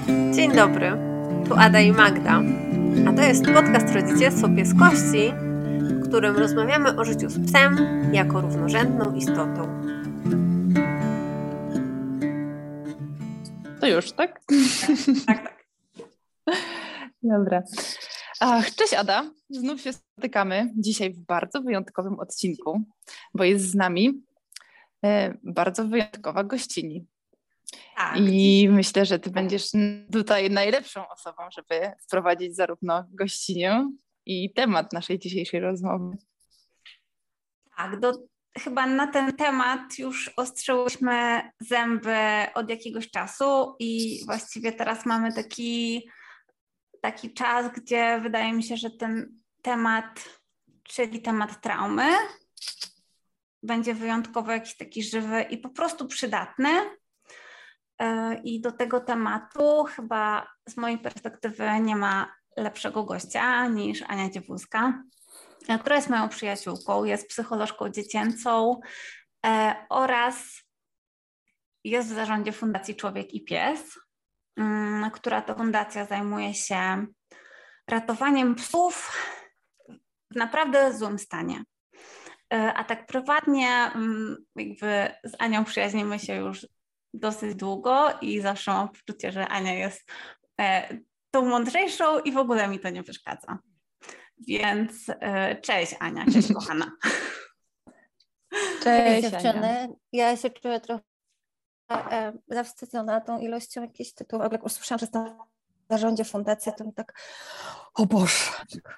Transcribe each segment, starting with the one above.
Dzień dobry, tu Ada i Magda, a to jest podcast Rodzicielstwo Pieskości, w którym rozmawiamy o życiu z psem jako równorzędną istotą. To już, tak? Tak. Dobra. Cześć Ada, znów się spotykamy dzisiaj w bardzo wyjątkowym odcinku, bo jest z nami bardzo wyjątkowa gościni. Tak. I myślę, że ty będziesz tutaj najlepszą osobą, żeby wprowadzić zarówno gościnię i temat naszej dzisiejszej rozmowy. Tak, chyba na ten temat już ostrzyłyśmy zęby od jakiegoś czasu i właściwie teraz mamy taki czas, gdzie wydaje mi się, że ten temat, czyli temat traumy, będzie wyjątkowo jakiś taki żywy i po prostu przydatny. I do tego tematu chyba z mojej perspektywy nie ma lepszego gościa niż Ania Dziewulska, która jest moją przyjaciółką, jest psycholożką dziecięcą oraz jest w zarządzie Fundacji Człowiek i Pies, która to fundacja zajmuje się ratowaniem psów w naprawdę złym stanie. A tak prywatnie jakby z Anią przyjaźnimy się już dosyć długo i zawsze mam poczucie, że Ania jest tą mądrzejszą i w ogóle mi to nie przeszkadza. Więc cześć Ania, cześć kochana. Cześć dziewczyny. Ania. Ja się czuję trochę zawstydzona tą ilością jakichś tytułów. Jak usłyszałam, że jest na zarządzie fundacji, to mi tak, o Boże.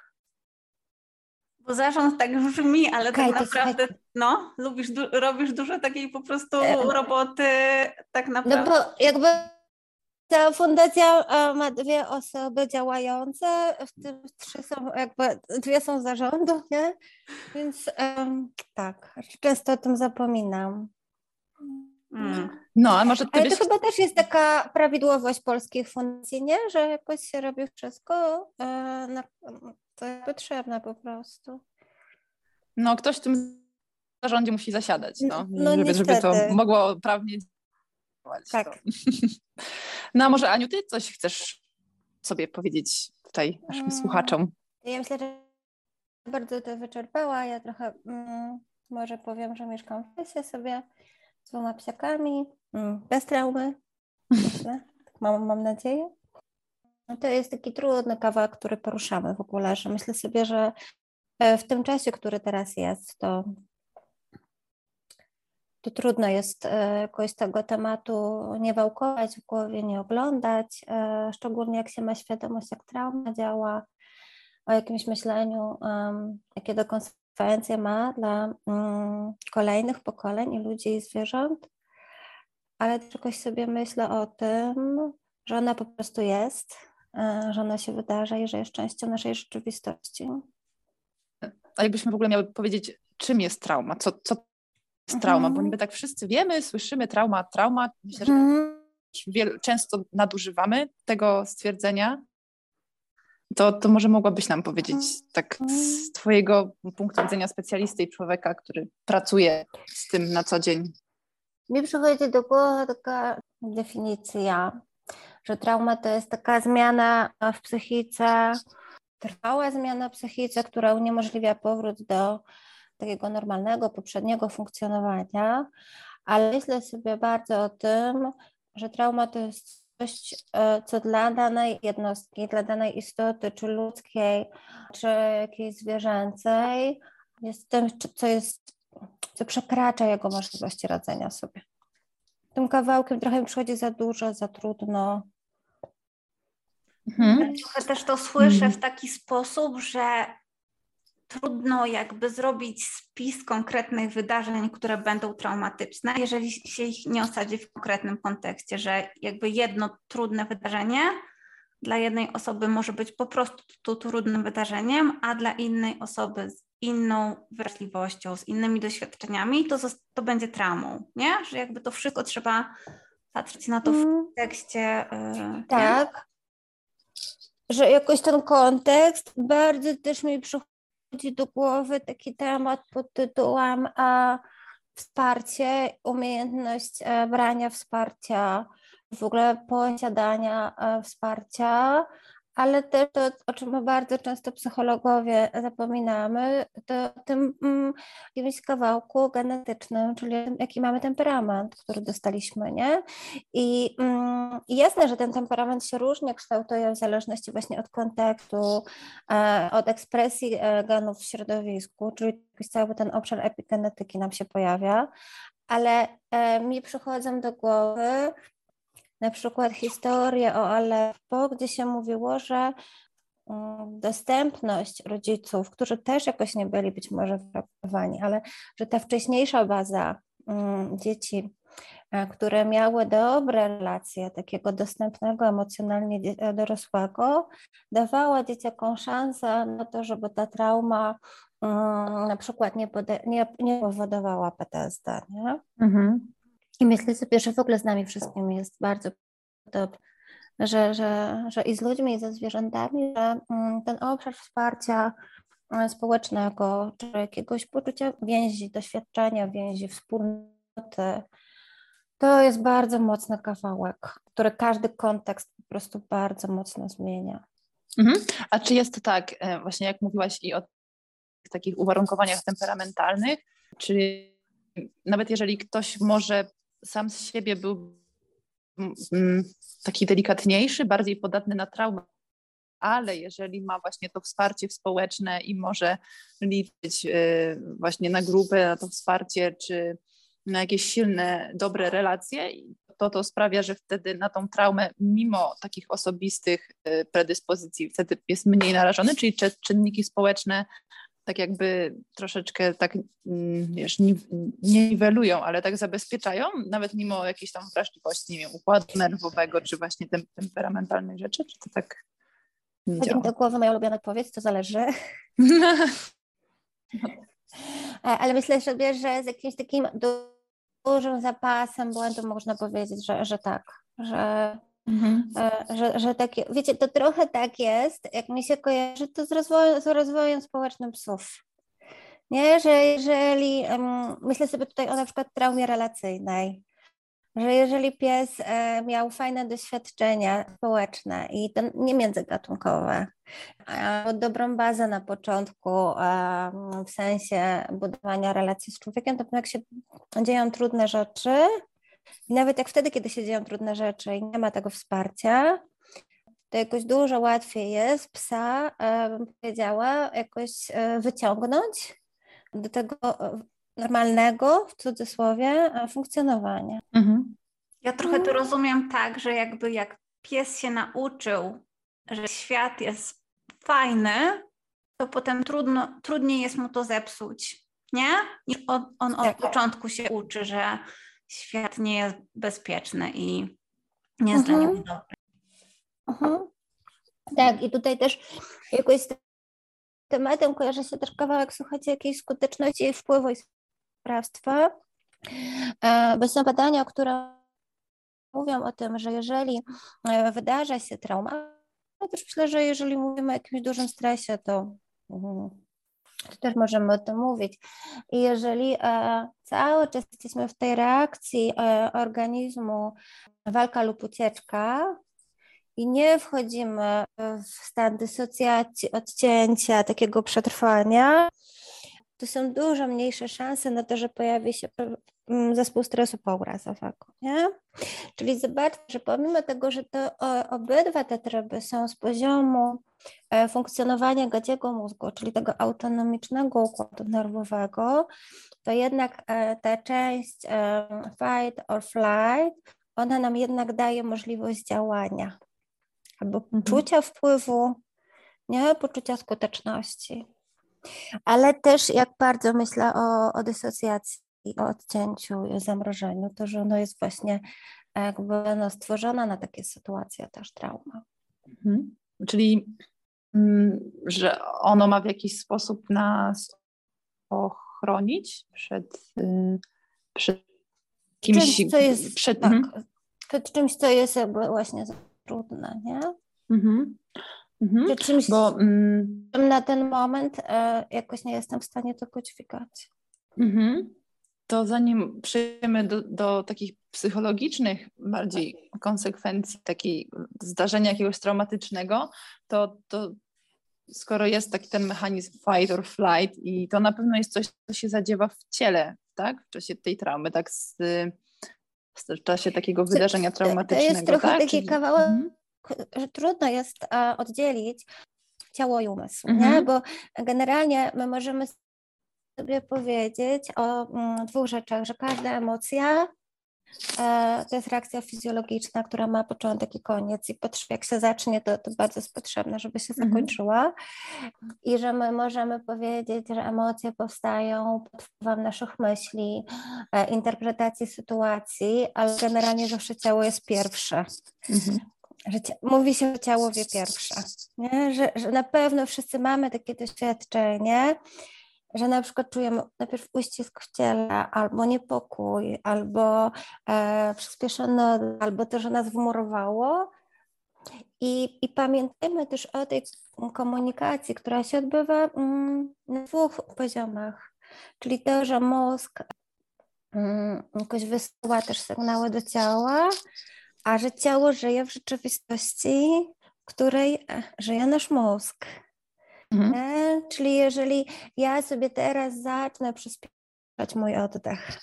Bo zarząd tak brzmi, ale Okej, tak to naprawdę robisz dużo takiej po prostu roboty tak No naprawdę. bo jakby ta fundacja ma dwie osoby działające, w tym dwie są z zarządu, nie? Więc tak, często o tym zapominam. No, a może ty Ale to chyba też jest taka prawidłowość polskich fundacji, nie? Że jakoś się robi wszystko, to jest potrzebne po prostu. No, ktoś w tym zarządzie musi zasiadać, No żeby to niestety. mogło prawnie działać. Tak. To. No a może Aniu, ty coś chcesz sobie powiedzieć tutaj naszym słuchaczom? Ja myślę, że bardzo to wyczerpała. Ja trochę może powiem, że mieszkam w lesie sobie z 2 psiakami, bez traumy. Myślę. Tak mam nadzieję. No to jest taki trudny kawałek, który poruszamy w ogóle, że myślę sobie, że w tym czasie, który teraz jest, to trudno jest jakoś tego tematu nie wałkować w głowie, nie oglądać, szczególnie jak się ma świadomość, jak trauma działa, o jakimś myśleniu, jakie to konsekwencje ma dla kolejnych pokoleń i ludzi i zwierząt, ale też jakoś sobie myślę o tym, że ona po prostu jest, że ona się wydarza i że jest częścią naszej rzeczywistości. A jakbyśmy w ogóle miały powiedzieć, czym jest trauma? Co jest trauma? Bo niby tak wszyscy wiemy, słyszymy trauma. Myślę, że często nadużywamy tego stwierdzenia. To może mogłabyś nam powiedzieć tak z twojego punktu widzenia specjalisty i człowieka, który pracuje z tym na co dzień. Mi przychodzi do głowy taka definicja, że trauma to jest taka zmiana w psychice, trwała zmiana w psychice, która uniemożliwia powrót do takiego normalnego, poprzedniego funkcjonowania, ale myślę sobie bardzo o tym, że trauma to jest coś, co dla danej jednostki, dla danej istoty, czy ludzkiej, czy jakiejś zwierzęcej, jest tym, co przekracza jego możliwości radzenia sobie. Tym kawałkiem trochę mi przychodzi za dużo, za trudno. Trochę też to słyszę w taki sposób, że trudno jakby zrobić spis konkretnych wydarzeń, które będą traumatyczne, jeżeli się ich nie osadzi w konkretnym kontekście, że jakby jedno trudne wydarzenie dla jednej osoby może być po prostu trudnym wydarzeniem, a dla innej osoby z inną wrażliwością, z innymi doświadczeniami, to będzie traumą, nie? Że jakby to wszystko trzeba patrzeć na to w kontekście. Tak, że jakoś ten kontekst, bardzo też mi przychodzi do głowy taki temat pod tytułem wsparcie, umiejętność brania wsparcia w ogóle posiadania wsparcia, ale też to, o czym my bardzo często psychologowie zapominamy, to o tym jakimś kawałku genetycznym, czyli jaki mamy temperament, który dostaliśmy, nie? I jasne, że ten temperament się różnie kształtuje w zależności właśnie od kontekstu, od ekspresji genów w środowisku, czyli cały ten obszar epigenetyki nam się pojawia, ale mi przychodzą do głowy na przykład historię o Aleppo, gdzie się mówiło, że dostępność rodziców, którzy też jakoś nie byli być może wyewakuowani, ale że ta wcześniejsza baza dzieci, które miały dobre relacje, takiego dostępnego emocjonalnie dorosłego, dawała dzieciakom szansę na to, żeby ta trauma na przykład nie powodowała PTSD, nie? Mhm. I myślę sobie, że w ogóle z nami wszystkimi jest bardzo dobrze, że i z ludźmi, i ze zwierzętami, że ten obszar wsparcia społecznego, czy jakiegoś poczucia więzi, doświadczenia więzi, wspólnoty, to jest bardzo mocny kawałek, który każdy kontekst po prostu bardzo mocno zmienia. Mhm. A czy jest to tak, właśnie jak mówiłaś i o takich uwarunkowaniach temperamentalnych, czy nawet jeżeli ktoś może sam z siebie był taki delikatniejszy, bardziej podatny na traumę, ale jeżeli ma właśnie to wsparcie społeczne i może liczyć właśnie na grupę, na to wsparcie, czy na jakieś silne, dobre relacje, to sprawia, że wtedy na tą traumę, mimo takich osobistych predyspozycji, wtedy jest mniej narażony, czyli czynniki społeczne tak jakby troszeczkę tak, wiesz, nie niwelują, ale tak zabezpieczają, nawet mimo jakiejś tam wrażliwości, nie wiem, układu nerwowego, czy właśnie temperamentalnych rzeczy, czy to tak nie Chodzi działa? mi do głowy moja ulubiona odpowiedź, to zależy. Ale myślę sobie, że z jakimś takim dużym zapasem błędu można powiedzieć, że tak, że takie, wiecie, to trochę tak jest, jak mi się kojarzy to z rozwojem społecznym psów. Nie, że jeżeli, myślę sobie tutaj o na przykład traumie relacyjnej, że jeżeli pies miał fajne doświadczenia społeczne i to nie międzygatunkowe, a dobrą bazę na początku w sensie budowania relacji z człowiekiem, to jak się dzieją trudne rzeczy, i nawet jak wtedy, kiedy się dzieją trudne rzeczy i nie ma tego wsparcia, to jakoś dużo łatwiej jest psa, bym powiedziała, jakoś wyciągnąć do tego normalnego, w cudzysłowie, funkcjonowania. Mhm. Ja trochę to rozumiem tak, że jakby jak pies się nauczył, że świat jest fajny, to potem trudniej jest mu to zepsuć, nie? Niż on od początku się uczy, że świat nie jest bezpieczny i nie jest dla niego dobry. Tak, i tutaj też jakoś z tematem kojarzy się też kawałek, słuchajcie, jakiejś skuteczności i wpływu i sprawstwa. Bo są badania, które mówią o tym, że jeżeli wydarza się trauma, to też myślę, że jeżeli mówimy o jakimś dużym stresie, to też możemy o tym mówić. I jeżeli cały czas jesteśmy w tej reakcji organizmu walka lub ucieczka i nie wchodzimy w stan dysocjacji, odcięcia, takiego przetrwania, to są dużo mniejsze szanse na to, że pojawi się zespół stresu pourazowego, nie? Czyli zobaczcie, że pomimo tego, że to obydwa te tryby są z poziomu funkcjonowania gadziego mózgu, czyli tego autonomicznego układu nerwowego, to jednak ta część fight or flight, ona nam jednak daje możliwość działania albo poczucia wpływu, nie? Poczucia skuteczności. Ale też jak bardzo myślę o dysocjacji, o odcięciu i o zamrożeniu, to że ono jest właśnie jakby stworzona na takie sytuacje też trauma. Czyli że ono ma w jakiś sposób nas ochronić przed kimś... Czymś, co jest, przed czymś, co jest jakby właśnie trudne, nie? Czy czymś, na ten moment jakoś nie jestem w stanie tego dźwigać. To zanim przejdziemy do takich psychologicznych bardziej konsekwencji takiej zdarzenia jakiegoś traumatycznego, to skoro jest taki ten mechanizm fight or flight i to na pewno jest coś, co się zadziewa w ciele, tak? W czasie tej traumy, tak? W czasie takiego wydarzenia traumatycznego, to jest trochę tak? taki kawałek, że trudno jest oddzielić ciało i umysł, nie? Mhm. Bo generalnie my możemy sobie powiedzieć o dwóch rzeczach, że każda emocja to jest reakcja fizjologiczna, która ma początek i koniec i jak się zacznie, to bardzo jest potrzebne, żeby się zakończyła i że my możemy powiedzieć, że emocje powstają pod wpływem naszych myśli, interpretacji sytuacji, ale generalnie zawsze ciało jest pierwsze. Że mówi się, że ciało wie pierwsze, nie? Że na pewno wszyscy mamy takie doświadczenie, że na przykład czujemy najpierw uścisk w ciele, albo niepokój, albo przyspieszony, albo to, że nas wmurowało. I pamiętajmy też o tej komunikacji, która się odbywa na dwóch poziomach. Czyli to, że mózg jakoś wysyła też sygnały do ciała, a że ciało żyje w rzeczywistości, w której żyje nasz mózg. Czyli jeżeli ja sobie teraz zacznę przyspieszać mój oddech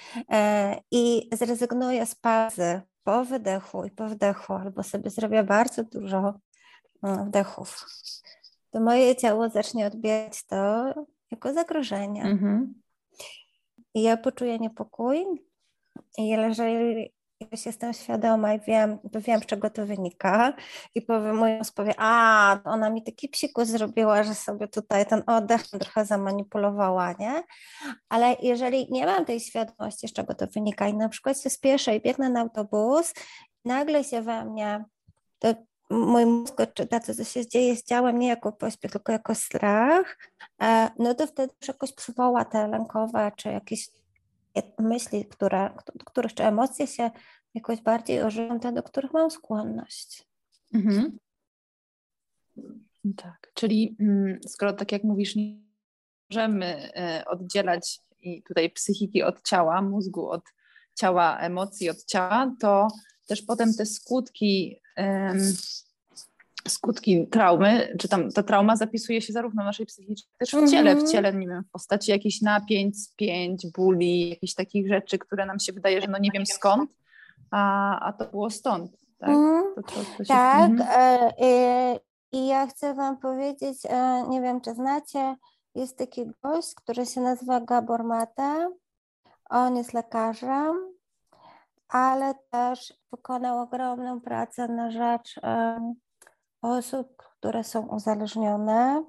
i zrezygnuję z pauzy po wydechu i po wdechu, albo sobie zrobię bardzo dużo wdechów, to moje ciało zacznie odbierać to jako zagrożenie. I ja poczuję niepokój i jeżeli już jestem świadoma i wiem, z czego to wynika i powiem, mój mózg powie, ona mi taki psikus zrobiła, że sobie tutaj ten oddech trochę zamanipulowała, nie? Ale jeżeli nie mam tej świadomości, z czego to wynika i na przykład się spieszę i biegnę na autobus, nagle się we mnie, to mój mózg odczyta, co się dzieje z ciałem, nie jako pośpiech, tylko jako strach, no to wtedy już jakoś przywoła te lękowe, czy jakieś myśli, których czy emocje się jakoś bardziej ożywią, te, do których mam skłonność. Tak, czyli skoro tak jak mówisz, nie możemy oddzielać i tutaj psychiki od ciała, mózgu od ciała, emocji od ciała, to też potem te skutki traumy, czy tam ta trauma zapisuje się zarówno w naszej psychice, też w ciele, nie wiem, w postaci jakichś napięć, spięć, bóli, jakichś takich rzeczy, które nam się wydaje, że no nie wiem skąd, a to było stąd, tak? Tak, i ja chcę wam powiedzieć, nie wiem, czy znacie, jest taki gość, który się nazywa Gabor Mate, on jest lekarzem, ale też wykonał ogromną pracę na rzecz osób, które są uzależnione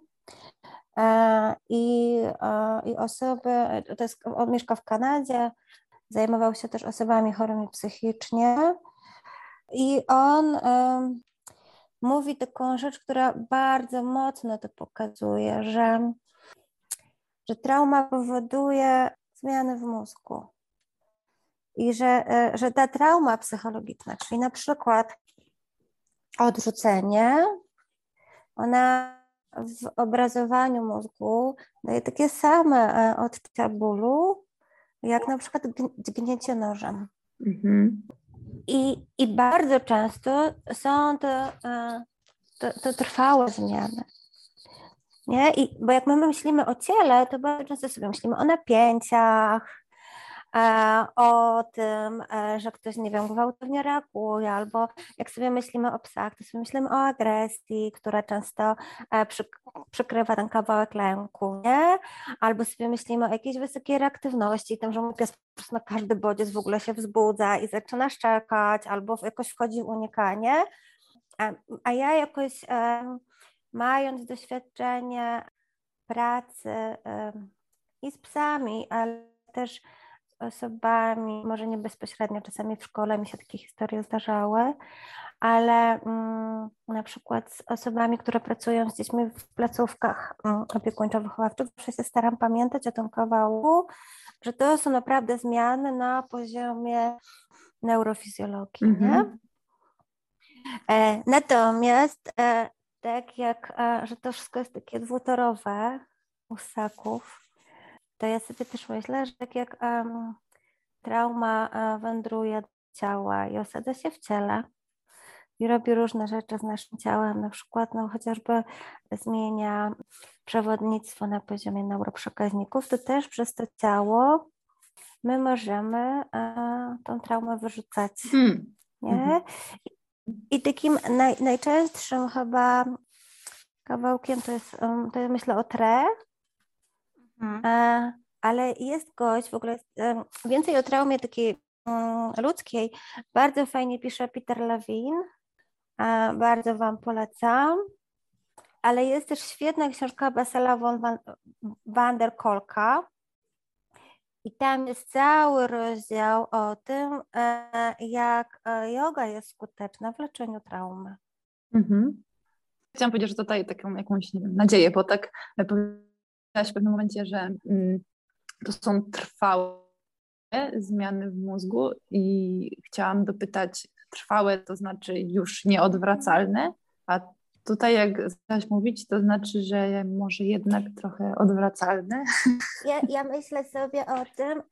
i osoby, on mieszka w Kanadzie, zajmował się też osobami chorymi psychicznie i on mówi taką rzecz, która bardzo mocno to pokazuje, że trauma powoduje zmiany w mózgu i że ta trauma psychologiczna, czyli na przykład odrzucenie, ona w obrazowaniu mózgu daje takie same odczucia bólu, jak na przykład dźgnięcie nożem. I bardzo często są to trwałe zmiany. Nie? Bo jak my myślimy o ciele, to bardzo często sobie myślimy o napięciach, o tym, że ktoś, nie wiem, gwałtownie reaguje, albo jak sobie myślimy o psach, to sobie myślimy o agresji, która często przykrywa ten kawałek lęku, nie? Albo sobie myślimy o jakiejś wysokiej reaktywności, tym, że mój pies po prostu na każdy bodziec w ogóle się wzbudza i zaczyna szczekać, albo jakoś wchodzi w unikanie. A ja jakoś, mając doświadczenie pracy i z psami, ale też osobami, może nie bezpośrednio, czasami w szkole mi się takie historie zdarzały, ale na przykład z osobami, które pracują z dziećmi w placówkach opiekuńczo-wychowawczych, zawsze się staram pamiętać o tym kawałku, że to są naprawdę zmiany na poziomie neurofizjologii, nie? Natomiast tak jak, że to wszystko jest takie dwutorowe u ssaków, to ja sobie też myślę, że tak jak trauma wędruje do ciała i osadza się w ciele i robi różne rzeczy z naszym ciałem, na przykład chociażby zmienia przewodnictwo na poziomie neuroprzekaźników, to też przez to ciało my możemy tą traumę wyrzucać. Nie? I takim najczęstszym chyba kawałkiem to jest myślę o tre, ale jest gość, w ogóle więcej o traumie takiej ludzkiej, bardzo fajnie pisze Peter Levine, bardzo Wam polecam, ale jest też świetna książka Bessela van der Kolka i tam jest cały rozdział o tym, jak joga jest skuteczna w leczeniu traumy. Chciałam powiedzieć, że to daje taką jakąś, nie wiem, nadzieję, bo tak powiedziałaś w pewnym momencie, że to są trwałe zmiany w mózgu i chciałam dopytać, trwałe to znaczy już nieodwracalne, a tutaj jak zaczęłaś mówić, to znaczy, że może jednak trochę odwracalne. Ja myślę sobie o tym,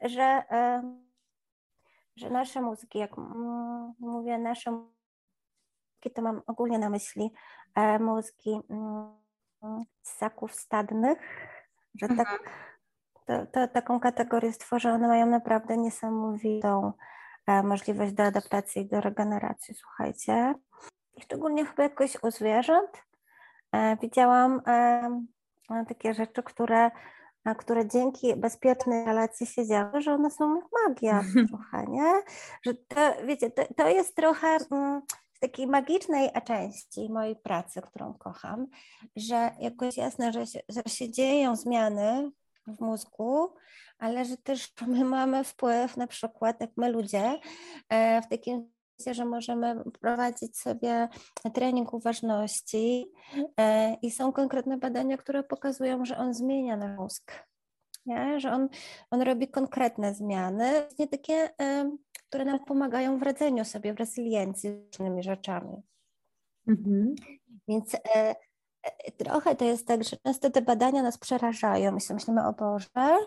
że nasze mózgi, jak mówię nasze mózgi, to mam ogólnie na myśli mózgi ssaków stadnych, że tak, to taką kategorię stworzę, one mają naprawdę niesamowitą możliwość do adaptacji i do regeneracji, słuchajcie. I szczególnie chyba jakoś u zwierząt widziałam takie rzeczy, które dzięki bezpiecznej relacji się działy, że one są jak magia trochę, nie? Że to, wiecie, to jest trochę z takiej magicznej części mojej pracy, którą kocham, że jakoś jasne, że się dzieją zmiany w mózgu, ale że też my mamy wpływ, na przykład jak my ludzie, w takim sensie, że możemy prowadzić sobie trening uważności i są konkretne badania, które pokazują, że on zmienia nasz mózg, nie? Że on robi konkretne zmiany, nie takie, które nam pomagają w radzeniu sobie, w rezyliencji z różnymi rzeczami. Więc trochę to jest tak, że często te badania nas przerażają i sobie myślimy, o Boże,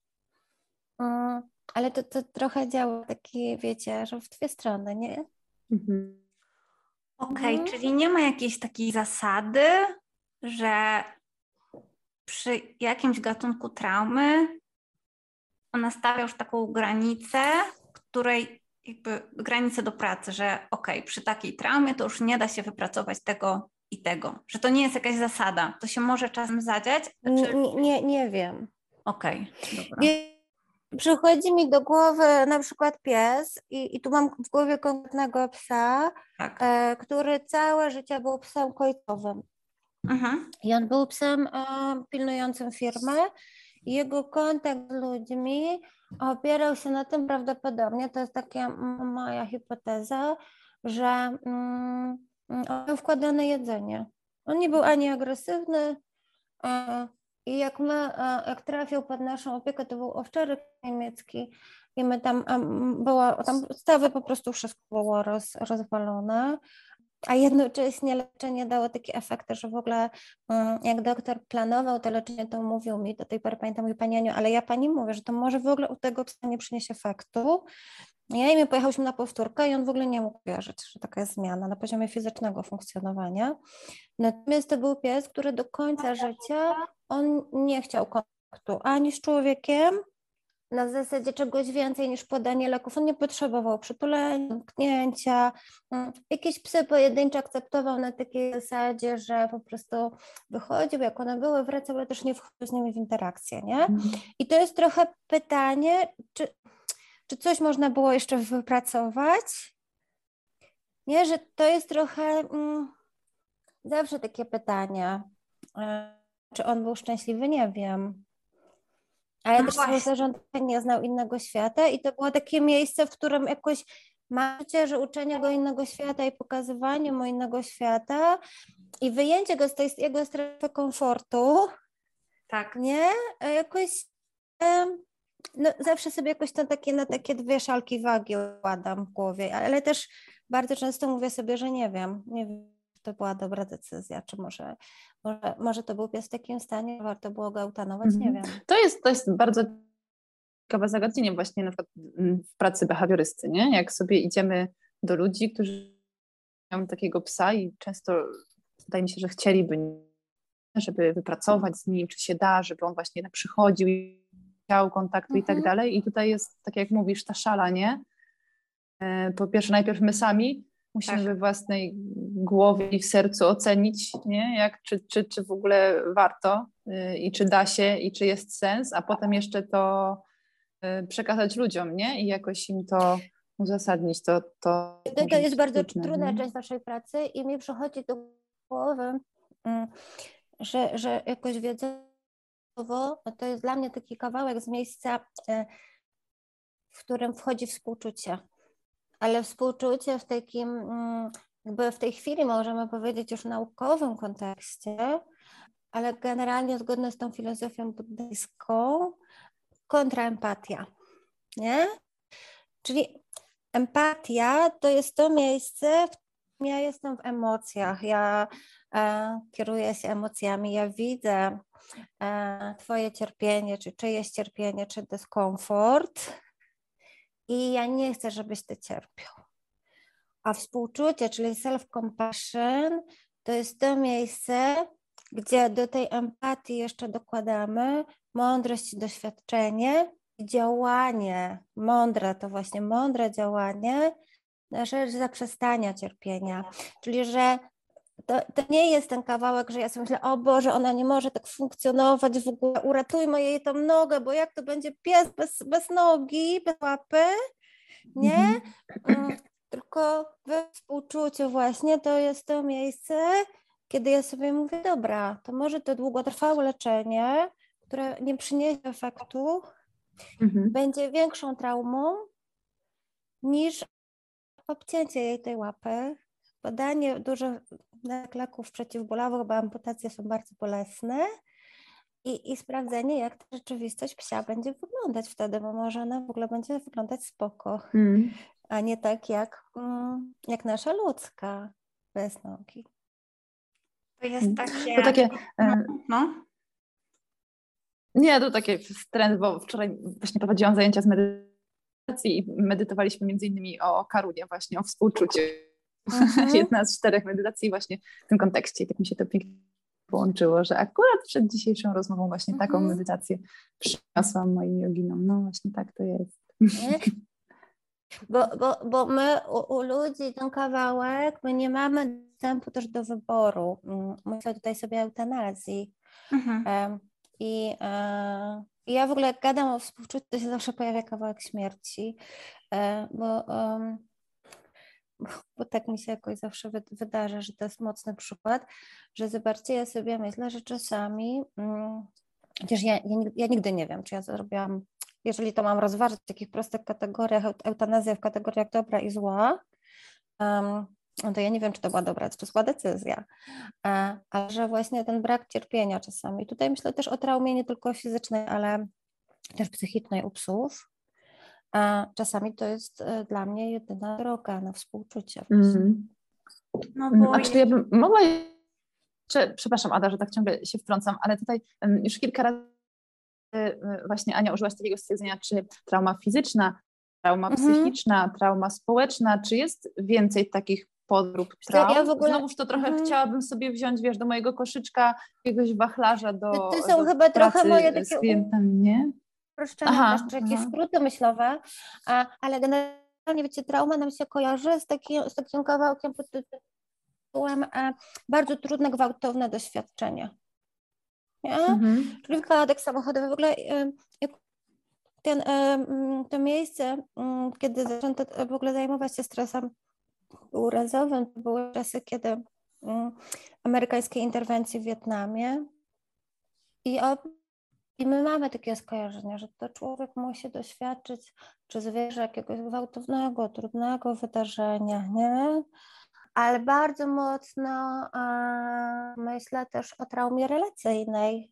ale to trochę działa taki, wiecie, że w dwie strony, nie? Okej, czyli nie ma jakiejś takiej zasady, że przy jakimś gatunku traumy ona stawia już taką granicę, której jakby granicę do pracy, że przy takiej traumie to już nie da się wypracować tego i tego, że to nie jest jakaś zasada, to się może czasem zadziać? Czy... Nie wiem. Dobra. Przychodzi mi do głowy na przykład pies i tu mam w głowie konkretnego psa, który całe życie był psem kojcowym. I on był psem pilnującym firmę i jego kontakt z ludźmi opierał się na tym prawdopodobnie, to jest taka moja hipoteza, że on miał wkładane jedzenie. On nie był ani agresywny, i jak trafił pod naszą opiekę, to był owczarek niemiecki i my tam stawy po prostu wszystko było rozwalone, a jednocześnie leczenie dało taki efekt, że w ogóle jak doktor planował to leczenie, to mówił mi, do tej pory pamiętam, mówi Pani Aniu, ale ja Pani mówię, że to może w ogóle u tego psa nie przyniesie efektu. Ja i my pojechałyśmy na powtórkę i on w ogóle nie mógł wierzyć, że taka jest zmiana na poziomie fizycznego funkcjonowania. Natomiast to był pies, który do końca życia on nie chciał kontaktu ani z człowiekiem, na zasadzie czegoś więcej niż podanie leków. On nie potrzebował przytulenia, dotknięcia. Jakieś psy pojedyncze akceptował na takiej zasadzie, że po prostu wychodził, jak one były, wracał, ale też nie wchodził z nimi w interakcję, nie? I to jest trochę pytanie, czy coś można było jeszcze wypracować? Nie, że to jest trochę zawsze takie pytanie. Czy on był szczęśliwy? Nie wiem. A ja też myślę, że on nie znał innego świata i to było takie miejsce, w którym jakoś mam poczucie, że uczenie go innego świata i pokazywanie mu innego świata i wyjęcie go z tej jego strefy komfortu, nie? Jakoś zawsze sobie jakoś to na takie dwie szalki wagi układam w głowie, ale też bardzo często mówię sobie, że nie wiem. to była dobra decyzja, czy może to był pies w takim stanie, warto było go eutanować, nie wiem. To jest bardzo ciekawe zagadnienie właśnie na przykład w pracy behawiorysty, nie? Jak sobie idziemy do ludzi, którzy mają takiego psa i często wydaje mi się, że chcieliby, żeby wypracować z nim, czy się da, żeby on właśnie przychodził i chciał kontaktu i tak dalej. I tutaj jest, tak jak mówisz, ta szala, nie? Po pierwsze, najpierw my sami musimy we własnej głowie i w sercu ocenić, nie? Czy w ogóle warto i czy da się i czy jest sens, a potem jeszcze to przekazać ludziom, nie? I jakoś im to uzasadnić. To jest bardzo trudne, trudna nie? część naszej pracy i mi przychodzi do głowy, że jakoś wiedzowo to jest dla mnie taki kawałek z miejsca, w którym wchodzi współczucie. Ale współczucie w takim, jakby w tej chwili możemy powiedzieć już w naukowym kontekście, ale generalnie zgodnie z tą filozofią buddyjską, kontraempatia, nie? Czyli empatia to jest to miejsce, w którym ja jestem w emocjach, ja kieruję się emocjami, ja widzę twoje cierpienie, czy czyjeś cierpienie, czy dyskomfort i ja nie chcę, żebyś ty cierpiał. A współczucie, czyli self-compassion, to jest to miejsce, gdzie do tej empatii jeszcze dokładamy mądrość i doświadczenie i działanie. Mądre to właśnie mądre działanie na rzecz zaprzestania cierpienia. Czyli, że to nie jest ten kawałek, że ja sobie myślę, o Boże, ona nie może tak funkcjonować w ogóle, uratujmy jej tą nogę, bo jak to będzie pies bez nogi, bez łapy, nie? Tylko we współczuciu właśnie to jest to miejsce, kiedy ja sobie mówię, dobra, to może to długotrwałe leczenie, które nie przyniesie efektu, będzie większą traumą niż obcięcie jej tej łapy, podanie dużo leków przeciwbólowych, bo amputacje są bardzo bolesne i sprawdzenie, jak ta rzeczywistość psia będzie wyglądać wtedy, bo może ona w ogóle będzie wyglądać spoko, a nie tak jak nasza ludzka, bez nogi. To jest takie... To takie No. Nie, to taki trend, bo wczoraj właśnie prowadziłam zajęcia z medytacji i medytowaliśmy między innymi o karunie, właśnie o współczuciu. Jedna z 4 medytacji właśnie w tym kontekście. I tak mi się to pięknie połączyło, że akurat przed dzisiejszą rozmową właśnie taką medytację przyniosłam moim joginom. No właśnie tak to jest. Bo my u ludzi ten kawałek, my nie mamy dostępu też do wyboru. Myślę tutaj sobie o eutanazji. I ja w ogóle jak gadam o współczuciu, to się zawsze pojawia kawałek śmierci, bo tak mi się jakoś zawsze wydarza, że to jest mocny przykład, że zobaczcie, ja sobie myślę, że czasami, chociaż ja nigdy nie wiem, czy ja zrobiłam, jeżeli to mam rozważyć w takich prostych kategoriach, eutanazja w kategoriach dobra i zła, no to ja nie wiem, czy to była dobra, czy zła decyzja, ale że właśnie ten brak cierpienia czasami, tutaj myślę też o traumie nie tylko fizycznej, ale też psychicznej u psów, a czasami to jest dla mnie jedyna droga na współczucie. No bo czy ja bym mogła przepraszam Ada, że tak ciągle się wtrącam, ale tutaj już kilka razy właśnie Ania użyłaś takiego stwierdzenia, czy trauma fizyczna, trauma psychiczna, trauma społeczna, czy jest więcej takich podgrup traum? Ja w ogóle... Znowuż to trochę chciałabym sobie wziąć, wiesz, do mojego koszyczka jakiegoś wachlarza do są chyba trochę moje takie z klientami, nie? Uproszczenia, też jakieś skróty myślowe, ale generalnie, wiecie, trauma nam się kojarzy z takim kawałkiem pod tytułem bardzo trudne, gwałtowne doświadczenie. Czyli wypadek samochodowy. W ogóle to miejsce, kiedy zaczęto w ogóle zajmować się stresem urazowym, to były czasy, kiedy amerykańskie interwencje w Wietnamie i my mamy takie skojarzenia, że to człowiek musi doświadczyć, czy zwierzę jakiegoś gwałtownego, trudnego wydarzenia, nie? Ale bardzo mocno myślę też o traumie relacyjnej,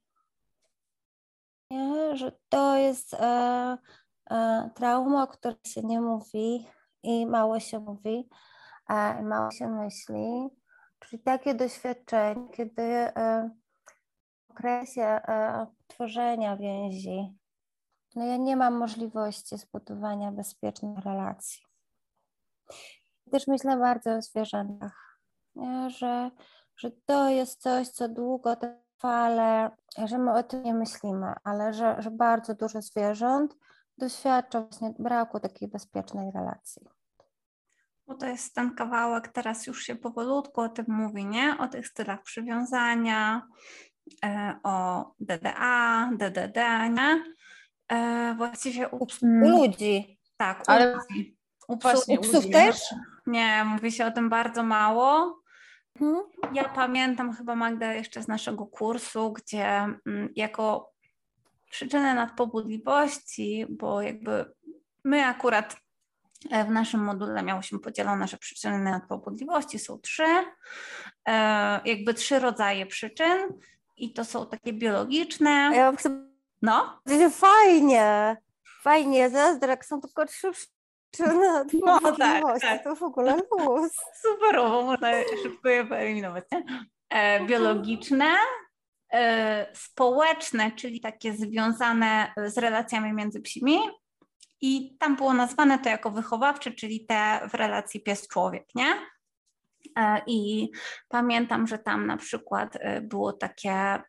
nie? Że to jest trauma, o której się nie mówi i mało się mówi, mało się myśli, Czyli takie doświadczenie, kiedy w okresie tworzenia więzi, no ja nie mam możliwości zbudowania bezpiecznych relacji. Też myślę bardzo o zwierzętach, nie? Że to jest coś, co długo trwa, że my o tym nie myślimy, ale że bardzo dużo zwierząt doświadcza właśnie braku takiej bezpiecznej relacji. Bo to jest ten kawałek, teraz już się powolutku o tym mówi, nie? O tych stylach przywiązania, o DDA, DDD, nie? Właściwie U ludzi. Tak, Ale u ludzi. U właśnie, psów ludzi, też? Nie, mówi się o tym bardzo mało. Mhm. Ja pamiętam chyba, Magda, jeszcze z naszego kursu, gdzie jako przyczynę nadpobudliwości, bo jakby my akurat w naszym module miałyśmy podzielone, że przyczyny nadpobudliwości są 3, jakby 3 rodzaje przyczyn i to są takie biologiczne. Ja chcę No, powiedzieć, fajnie, zazdrak, są tylko 3 przyczyny nadpobudliwości, tak. to w ogóle luz. Superowo, można szybko je wyeliminować, nie? Biologiczne, społeczne, czyli takie związane z relacjami między psimi i tam było nazwane to jako wychowawcze, czyli te w relacji pies-człowiek, nie? I pamiętam, że tam na przykład było takie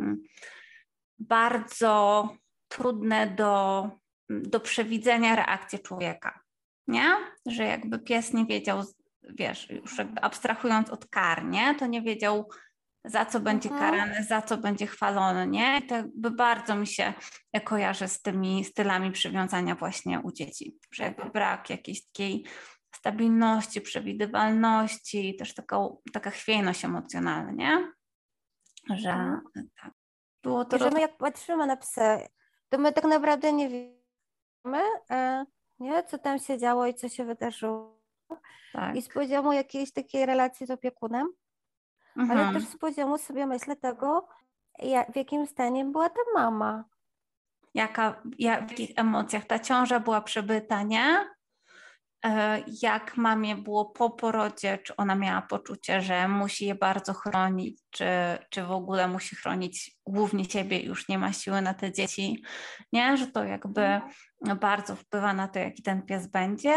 bardzo trudne do przewidzenia reakcji człowieka, nie? Że jakby pies nie wiedział, wiesz, już jakby abstrahując od kar, nie? To nie wiedział, za co będzie karany, za co będzie chwalony, nie? I to jakby bardzo mi się kojarzy z tymi stylami przywiązania właśnie u dzieci, że jakby brak jakiejś takiej stabilności, przewidywalności, też taka chwiejność emocjonalna, nie? Że tak. Było to Że my jak patrzymy na psy, to my tak naprawdę nie wiemy, nie, co tam się działo i co się wydarzyło. tak. I z poziomu jakiejś takiej relacji z opiekunem, ale też z poziomu sobie myślę tego, w jakim stanie była ta mama. W jakich emocjach ta ciąża była przebyta, nie? Jak mamie było po porodzie, czy ona miała poczucie, że musi je bardzo chronić, czy w ogóle musi chronić głównie siebie i już nie ma siły na te dzieci, nie? Że to jakby bardzo wpływa na to, jaki ten pies będzie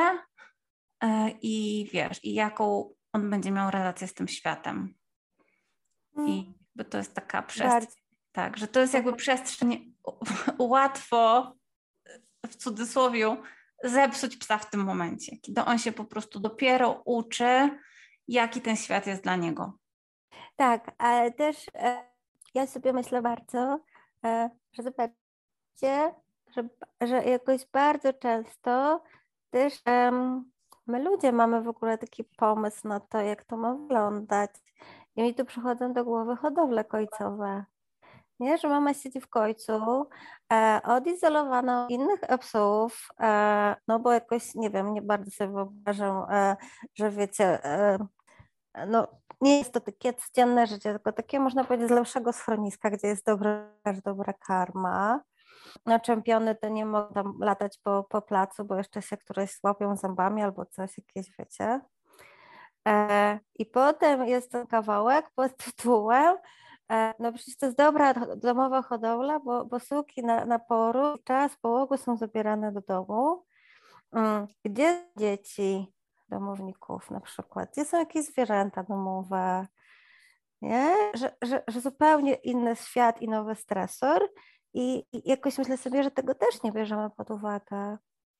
i wiesz, i jaką on będzie miał relację z tym światem. I to jest taka przestrzeń, tak, że to jest jakby przestrzeń łatwo, w cudzysłowie, zepsuć psa w tym momencie, kiedy on się po prostu dopiero uczy, jaki ten świat jest dla niego. Tak, ale też ja sobie myślę bardzo, że zobaczcie, że jakoś bardzo często też my ludzie mamy w ogóle taki pomysł na to, jak to ma wyglądać. I mi tu przychodzą do głowy hodowle kojcowe. Nie, że mama siedzi w kojcu, odizolowana od innych psów, no bo jakoś, nie wiem, nie bardzo sobie wyobrażam, że wiecie, no nie jest to takie codzienne życie, tylko takie, można powiedzieć, z lepszego schroniska, gdzie jest dobra karma. No czempiony to nie mogą tam latać po placu, bo jeszcze się któreś złapią zębami albo coś, jakieś, wiecie. I potem jest ten kawałek pod tytułem no przecież to jest dobra domowa hodowla, bo suki na poród, czas połogu są zabierane do domu. Gdzie dzieci domowników na przykład? Gdzie są jakieś zwierzęta domowe? Nie? Że zupełnie inny świat i nowy stresor i jakoś myślę sobie, że tego też nie bierzemy pod uwagę.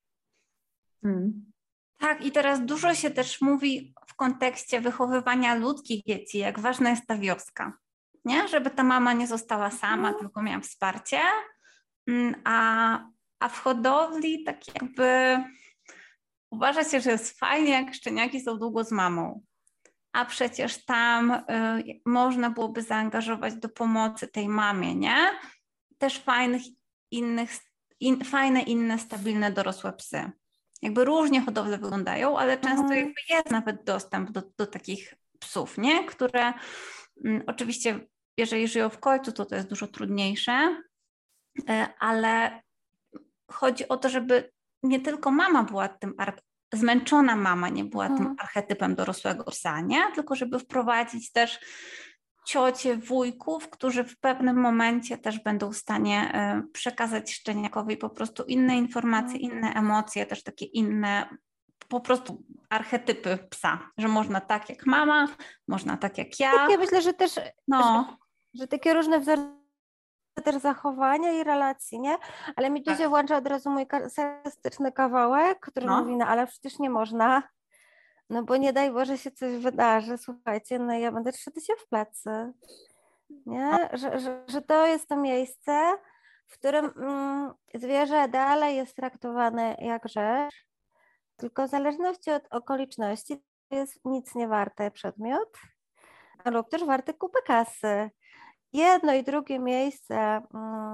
Tak, i teraz dużo się też mówi w kontekście wychowywania ludzkich dzieci, jak ważna jest ta wioska. Nie? Żeby ta mama nie została sama, tylko miała wsparcie, a w hodowli tak jakby uważa się, że jest fajnie, jak szczeniaki są długo z mamą, a przecież tam można byłoby zaangażować do pomocy tej mamie, nie? Też fajne, inne, stabilne, dorosłe psy. Jakby różnie hodowle wyglądają, ale często jakby jest nawet dostęp do takich psów, nie? Które oczywiście, jeżeli żyją w kojcu, to jest dużo trudniejsze, ale chodzi o to, żeby nie tylko mama była tym zmęczona mama nie była tym archetypem dorosłego psa, nie? Tylko żeby wprowadzić też ciocie, wujków, którzy w pewnym momencie też będą w stanie przekazać szczeniakowi po prostu inne informacje, inne emocje, też takie inne po prostu archetypy psa, że można tak jak mama, można tak jak ja. Tak, ja myślę, że też No. że takie różne wzorce też zachowania i relacji, nie? Ale mi tu się włącza od razu mój sarkastyczny kawałek, który mówi, no ale przecież nie można, no bo nie daj Boże się coś wydarzy, słuchajcie, no ja będę trzymać się w plecy, nie? Że to jest to miejsce, w którym zwierzę dalej jest traktowane jak rzecz, tylko w zależności od okoliczności to jest nic nie warte przedmiot lub też warty kupy kasy. Jedno i drugie miejsce,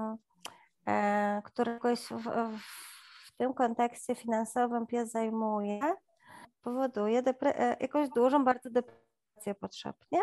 któregoś w tym kontekście finansowym pies zajmuje, powoduje jakąś dużą bardzo depresję potrzebnie.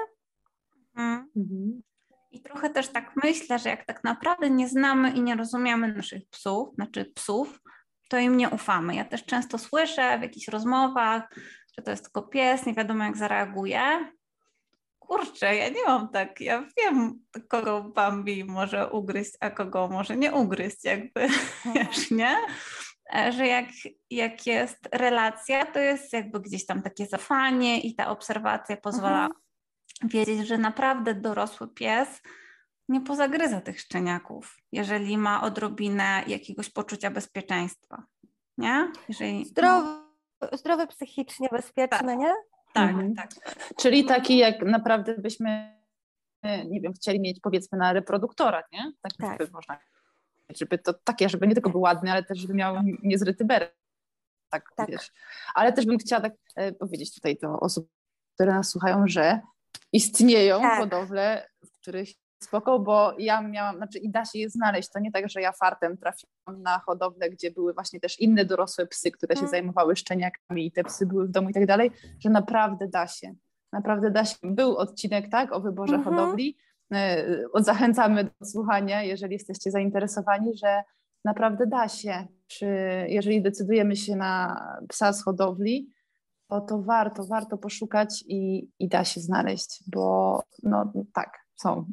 I trochę też tak myślę, że jak tak naprawdę nie znamy i nie rozumiemy naszych psów, to im nie ufamy. Ja też często słyszę w jakichś rozmowach, że to jest tylko pies, nie wiadomo jak zareaguje. Kurczę, ja nie mam tak, ja wiem, kogo Bambi może ugryźć, a kogo może nie ugryźć, jakby, wiesz, nie? Że jak jest relacja, to jest jakby gdzieś tam takie zaufanie i ta obserwacja pozwala wiedzieć, że naprawdę dorosły pies nie pozagryza tych szczeniaków, jeżeli ma odrobinę jakiegoś poczucia bezpieczeństwa, nie? Jeżeli, zdrowy psychicznie, bezpieczny, nie? Tak. Czyli taki, jak naprawdę byśmy, nie wiem, chcieli mieć powiedzmy na reproduktora, nie? Tak. Można, żeby to takie, żeby nie tylko był ładny, ale też żeby miał niezryty beret. Tak, wiesz. Ale też bym chciała tak powiedzieć tutaj do osób, które nas słuchają, że istnieją hodowle, w których spoko, bo ja miałam, i da się je znaleźć. To nie tak, że ja fartem trafiłam na hodowlę, gdzie były właśnie też inne dorosłe psy, które się zajmowały szczeniakami i te psy były w domu i tak dalej, że naprawdę da się. Naprawdę da się. Był odcinek, o wyborze hodowli. Zachęcamy do słuchania, jeżeli jesteście zainteresowani, że naprawdę da się. Jeżeli decydujemy się na psa z hodowli, to warto poszukać i da się znaleźć, bo są.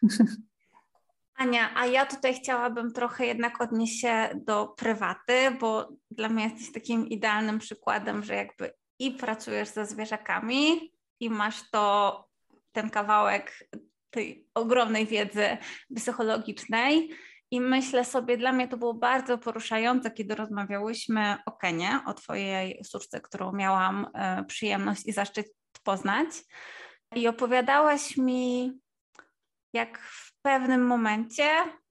Ania, a ja tutaj chciałabym trochę jednak odnieść się do prywaty, bo dla mnie jesteś takim idealnym przykładem, że jakby i pracujesz ze zwierzakami i masz ten kawałek tej ogromnej wiedzy psychologicznej i myślę sobie, dla mnie to było bardzo poruszające, kiedy rozmawiałyśmy o Kenie, o twojej córce, którą miałam przyjemność i zaszczyt poznać i opowiadałaś mi, jak w pewnym momencie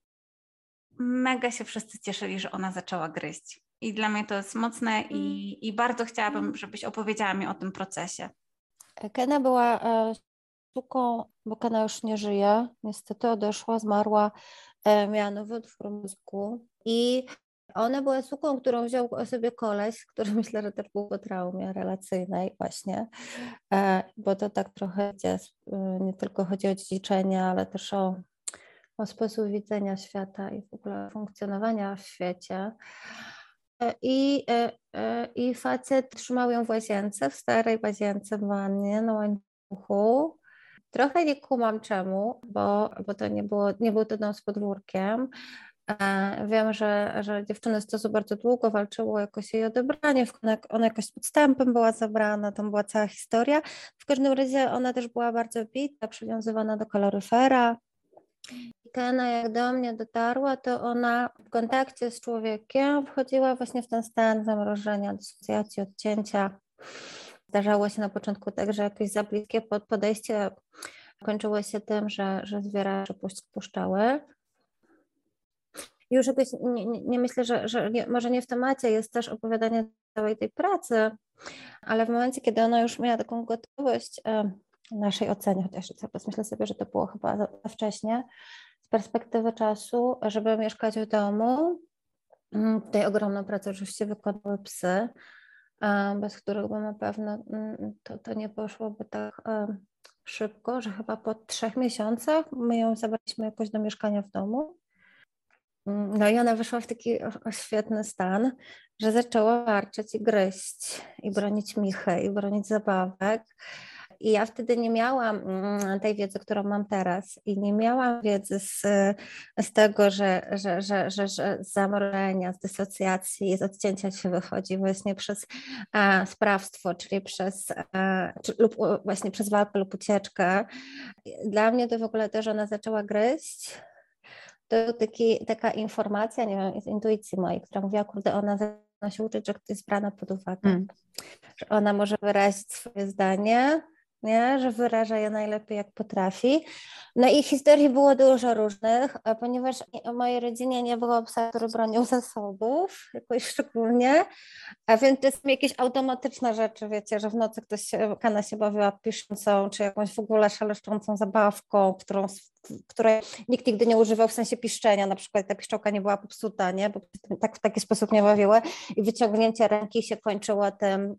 mega się wszyscy cieszyli, że ona zaczęła gryźć. I dla mnie to jest mocne i bardzo chciałabym, żebyś opowiedziała mi o tym procesie. Kena była suką, bo Kena już nie żyje. Niestety odeszła, zmarła, miała nowotwór mózgu i ona była suką, którą wziął sobie koleś, który myślę, że też był po traumie relacyjnej właśnie, bo to tak trochę nie tylko chodzi o dziedziczenie, ale też o sposób widzenia świata i w ogóle funkcjonowania w świecie. I facet trzymał ją w łazience, w starej łazience w wannie na łańcuchu. Trochę nie kumam czemu, bo to nie był to dom z podwórkiem. Wiem, że dziewczyny z TOS-u bardzo długo walczyły o jakoś jej odebranie, ona jakoś z podstępem była zabrana, tam była cała historia. W każdym razie ona też była bardzo bita, przywiązywana do kaloryfera. Kena jak do mnie dotarła, to ona w kontakcie z człowiekiem wchodziła właśnie w ten stan zamrożenia, dysocjacji, odcięcia. Zdarzało się na początku tak, że jakieś za bliskie podejście kończyło się tym, że zwieracze puszczały. Już jakoś nie myślę, że może nie w temacie jest też opowiadanie całej tej pracy, ale w momencie, kiedy ona już miała taką gotowość w naszej ocenie, chociaż teraz myślę sobie, że to było chyba za wcześnie, z perspektywy czasu, żeby mieszkać w domu. Tutaj ogromną pracę oczywiście wykonały psy, bez których by na pewno to nie poszłoby tak szybko, że chyba po 3 miesiącach my ją zabraliśmy jakoś do mieszkania w domu. No i ona wyszła w taki świetny stan, że zaczęła warczeć i gryźć i bronić Michy i bronić zabawek. I ja wtedy nie miałam tej wiedzy, którą mam teraz i nie miałam wiedzy z tego, że z zamrożenia, z dysocjacji, z odcięcia się wychodzi właśnie przez sprawstwo, czyli lub właśnie przez walkę lub ucieczkę. Dla mnie to w ogóle to, że ona zaczęła gryźć, to taka informacja, nie wiem, z intuicji mojej, która mówiła, kurde, ona zaczyna się uczyć, że ktoś jest brana pod uwagę, że ona może wyrazić swoje zdanie, nie? Że wyraża je najlepiej jak potrafi. No i historii było dużo różnych, ponieważ w mojej rodzinie nie było psa, który bronił zasobów, jakoś szczególnie, a więc to są jakieś automatyczne rzeczy, wiecie, że w nocy Kana się bawiła piszącą, czy jakąś w ogóle szeleszczącą zabawką, której nikt nigdy nie używał w sensie piszczenia, na przykład ta piszczałka nie była popsuta, nie? Bo w taki sposób nie bawiły i wyciągnięcie ręki się kończyło tym,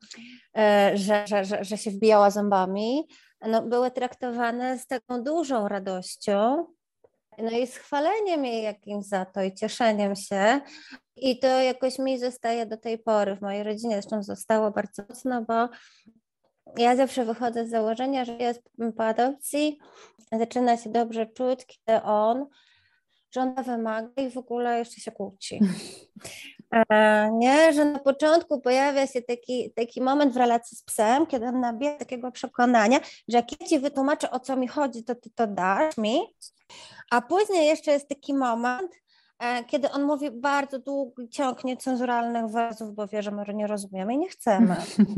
że się wbijała zębami. No, były traktowane z taką dużą radością, no i z chwaleniem jej jakimś za to i cieszeniem się. I to jakoś mi zostaje do tej pory, w mojej rodzinie zresztą zostało bardzo mocno, bo ja zawsze wychodzę z założenia, że jest po adopcji, zaczyna się dobrze czuć, kiedy żąda wymaga i w ogóle jeszcze się kłóci. Nie, że na początku pojawia się taki moment w relacji z psem, kiedy on nabiera takiego przekonania, że jak ja ci wytłumaczę, o co mi chodzi, to ty to dasz mi, a później jeszcze jest taki moment, kiedy on mówi bardzo długi ciąg niecenzuralnych wersów, bo wie, że my nie rozumiemy i nie chcemy.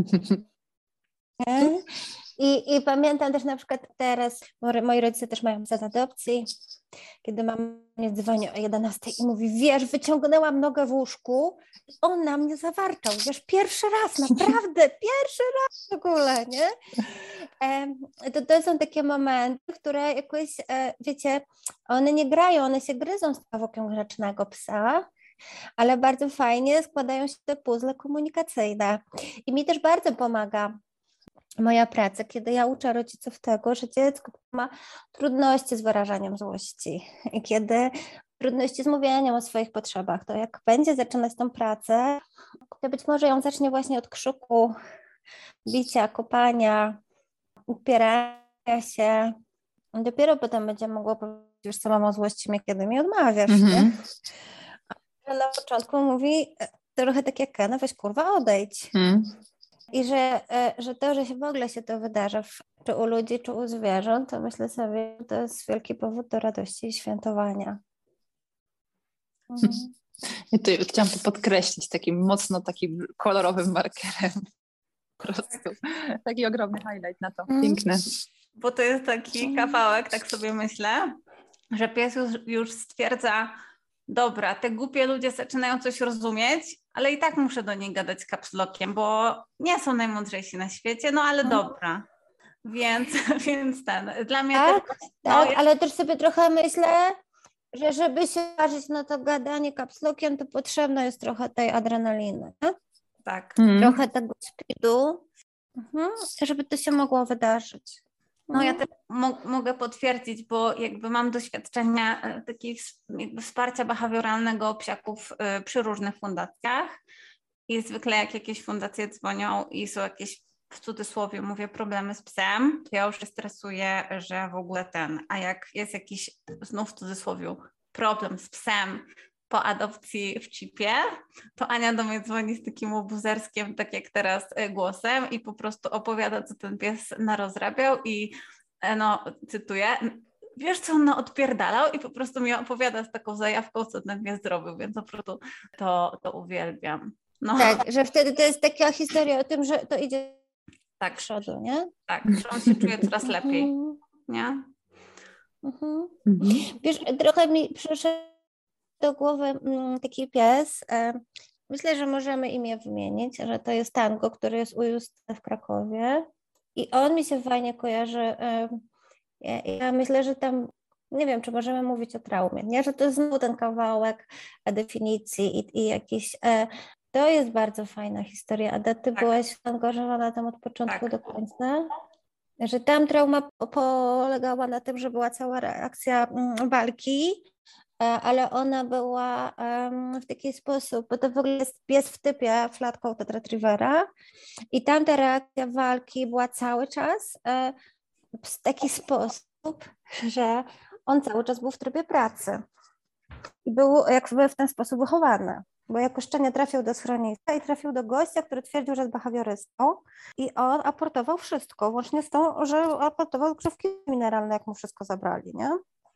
I pamiętam też na przykład teraz, moi rodzice też mają psa z adopcji, kiedy mama mnie dzwoni o 11 i mówi, wiesz, wyciągnęłam nogę w łóżku i on na mnie zawarczał, wiesz, pierwszy raz, naprawdę, pierwszy raz w ogóle, nie? To są takie momenty, które jakoś, wiecie, one nie grają, one się gryzą z kawałkiem grzecznego psa, ale bardzo fajnie składają się te puzzle komunikacyjne. I mi też bardzo pomaga moja praca, kiedy ja uczę rodziców tego, że dziecko ma trudności z wyrażaniem złości i kiedy trudności z mówieniem o swoich potrzebach, to jak będzie zaczynać tą pracę, to być może ją zacznie właśnie od krzyku, bicia, kopania, upierania się. Dopiero potem będzie mogło powiedzieć, już co mam o złości, kiedy mi odmawiasz, nie? A na początku mówi trochę tak jak Kana, weź kurwa odejdź. I że to, że się w ogóle się to wydarza, czy u ludzi, czy u zwierząt, to myślę sobie, że to jest wielki powód do radości i świętowania. Ja tu chciałam to podkreślić takim mocno takim kolorowym markerem. Po prostu taki ogromny highlight na to. Piękne. Bo to jest taki kawałek, tak sobie myślę, że pies już stwierdza, dobra, te głupie ludzie zaczynają coś rozumieć, ale i tak muszę do nich gadać caps lockiem, bo nie są najmądrzejsi na świecie, no ale dobra. Więc dla mnie ale też sobie trochę myślę, że żeby się ważyć na to gadanie caps lockiem, to potrzebna jest trochę tej adrenaliny. Nie? Tak. Trochę tego speedu, żeby to się mogło wydarzyć. No ja też mogę potwierdzić, bo jakby mam doświadczenia takich jakby wsparcia behawioralnego psiaków przy różnych fundacjach i zwykle jak jakieś fundacje dzwonią i są jakieś, w cudzysłowie mówię, problemy z psem, to ja już się stresuję, że w ogóle a jak jest jakiś, znów w cudzysłowie, problem z psem po adopcji w chipie, to Ania do mnie dzwoni z takim obuzerskim, tak jak teraz, głosem i po prostu opowiada, co ten pies narozrabiał i cytuję, wiesz, co on odpierdalał i po prostu mi opowiada z taką zajawką, co ten pies zrobił, więc po prostu to uwielbiam. No. Tak, że wtedy to jest taka historia o tym, że to idzie tak, przodu, nie? Tak, że on się czuje coraz lepiej, nie? Wiesz, trochę mi przyszedł do głowy taki pies, myślę, że możemy imię wymienić, że to jest Tango, który jest u Justyny w Krakowie i on mi się fajnie kojarzy. Ja myślę, że tam, nie wiem, czy możemy mówić o traumie, nie? Że to jest znowu ten kawałek definicji i jakiś... To jest bardzo fajna historia. Ada, ty byłaś angażowana tam od początku do końca? Że tam trauma polegała na tym, że była cała reakcja walki ale ona była w taki sposób, bo to w ogóle jest pies w typie flat coated retrievera i tamta reakcja walki była cały czas w taki sposób, że on cały czas był w trybie pracy i był jakby w ten sposób wychowany. Bo jak jeszcze nie trafił do schroniska i trafił do gościa, który twierdził, że jest behawiorystą i on aportował wszystko, łącznie z tą, że aportował grzywki mineralne, jak mu wszystko zabrali, nie?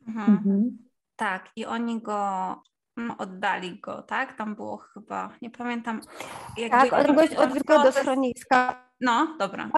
Tak, i oni go oddali go, tak? Tam było chyba, nie pamiętam. Tak, on gość odwiózł go do schroniska. No, dobra.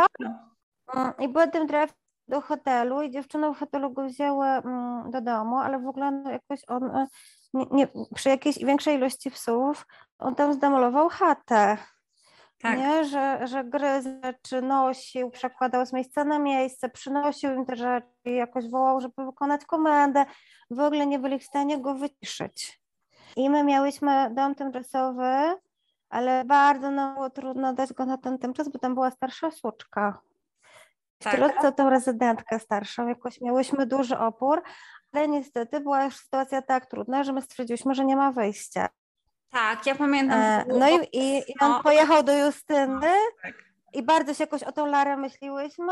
I potem trafił do hotelu i dziewczyny w hotelu go wzięły do domu, ale w ogóle jakoś on przy jakiejś większej ilości psów on tam zdemolował chatę. Tak. Nie? Że gryzł, czy nosił, przekładał z miejsca na miejsce, przynosił im te rzeczy, jakoś wołał, żeby wykonać komendę. W ogóle nie byli w stanie go wyciszyć. I my miałyśmy dom tymczasowy, ale bardzo nam było trudno dać go na ten czas, bo tam była starsza suczka. Tak. Co tą rezydentkę starszą, jakoś miałyśmy duży opór, ale niestety była już sytuacja tak trudna, że my stwierdziliśmy, że nie ma wyjścia. Tak, ja pamiętam. No i on pojechał do Justyny tak. i bardzo się jakoś o tą Larę myśliłyśmy,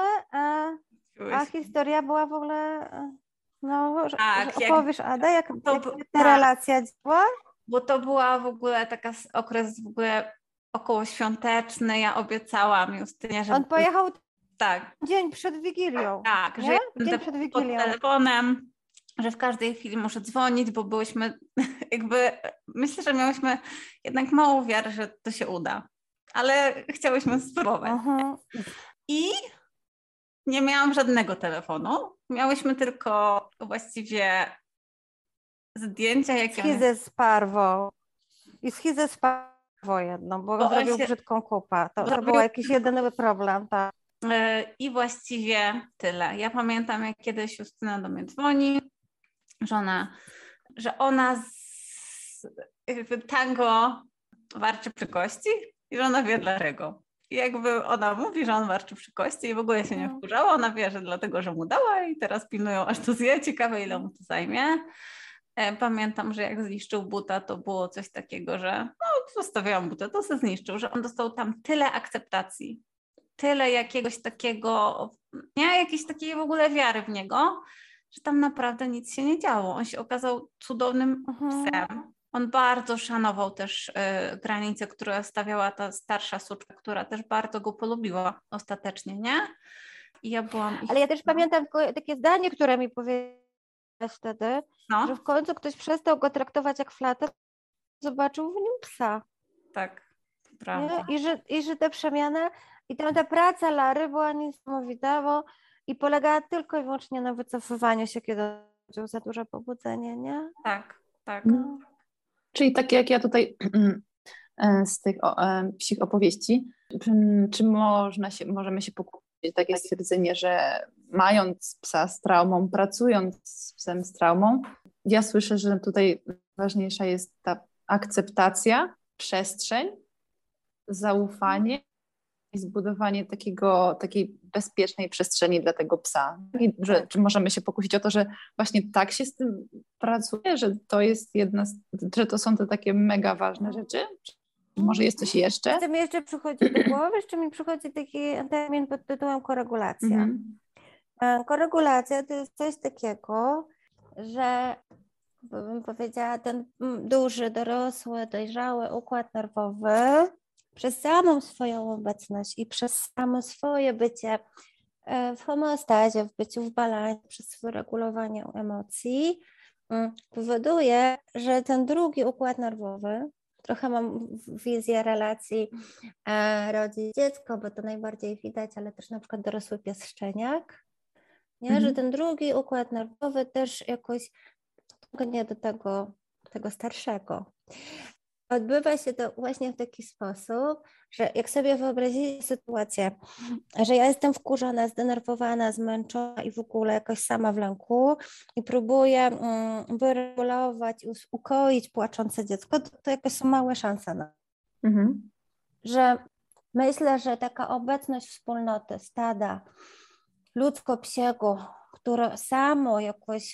a historia była w ogóle, tak, że opowiesz, Ada, jak ta relacja działa? Bo to była w ogóle taka okres w ogóle okołoświąteczny, ja obiecałam Justynie, że... On pojechał dzień przed Wigilią. Tak, nie? że Dzień przed Wigilią. pod telefonem, że w każdej chwili muszę dzwonić, bo byłyśmy jakby, myślę, że miałyśmy jednak małą wiarę, że to się uda, ale chciałyśmy spróbować. I nie miałam żadnego telefonu, miałyśmy tylko właściwie zdjęcia, jakie... Schizę z parwą. I schizę z parwą jedną, bo zrobił brzydką kupę. To był jakiś jedyny problem, tak. I właściwie tyle. Ja pamiętam, jak kiedyś Justyna do mnie dzwoni, że ona jakby tango warczy przy kości i że ona wie dlaczego. I jakby ona mówi, że on warczy przy kości i w ogóle się nie wkurzała, ona wie, że dlatego, że mu dała i teraz pilnują, aż to zje. Ciekawe, ile mu to zajmie. Pamiętam, że jak zniszczył buta, to było coś takiego, że zostawiałam butę, to się zniszczył, że on dostał tam tyle akceptacji, tyle jakiegoś takiego, jakiejś takiej w ogóle wiary w niego, że tam naprawdę nic się nie działo. On się okazał cudownym psem. On bardzo szanował też granice, które stawiała ta starsza suczka, która też bardzo go polubiła ostatecznie, nie? I ja byłam... Ale ja też pamiętam takie zdanie, które mi powiedziałaś wtedy, że w końcu ktoś przestał go traktować jak flatę, zobaczył w nim psa. Tak, prawda. I że ta przemiana i ta praca Lary była niesamowita, i polegała tylko i wyłącznie na wycofywaniu się, kiedy było za duże pobudzenie, nie? Tak. Czyli tak jak ja tutaj z tych psich opowieści, czy możemy się pokusić takie stwierdzenie, że mając psa z traumą, pracując z psem z traumą, ja słyszę, że tutaj ważniejsza jest ta akceptacja, przestrzeń, zaufanie i zbudowanie takiej bezpiecznej przestrzeni dla tego psa. Czy możemy się pokusić o to, że właśnie tak się z tym pracuje, że to jest że to są te takie mega ważne rzeczy? Czy może jest coś jeszcze? Co mi jeszcze przychodzi do głowy? Jeszcze mi przychodzi taki termin pod tytułem koregulacja. Koregulacja to jest coś takiego, że bym powiedziała, ten duży, dorosły, dojrzały układ nerwowy przez samą swoją obecność i przez samo swoje bycie w homeostazie, w byciu w balansie, przez regulowanie emocji powoduje, że ten drugi układ nerwowy, trochę mam wizję relacji rodzic-dziecko, bo to najbardziej widać, ale też na przykład dorosły pies szczeniak, nie? Że ten drugi układ nerwowy też jakoś nie do tego starszego. Odbywa się to właśnie w taki sposób, że jak sobie wyobrazicie sytuację, że ja jestem wkurzona, zdenerwowana, zmęczona i w ogóle jakoś sama w lęku i próbuję wyregulować, ukoić płaczące dziecko, to jakoś są małe szanse na to. Że myślę, że taka obecność wspólnoty, stada ludzko-psiego, które samo jakoś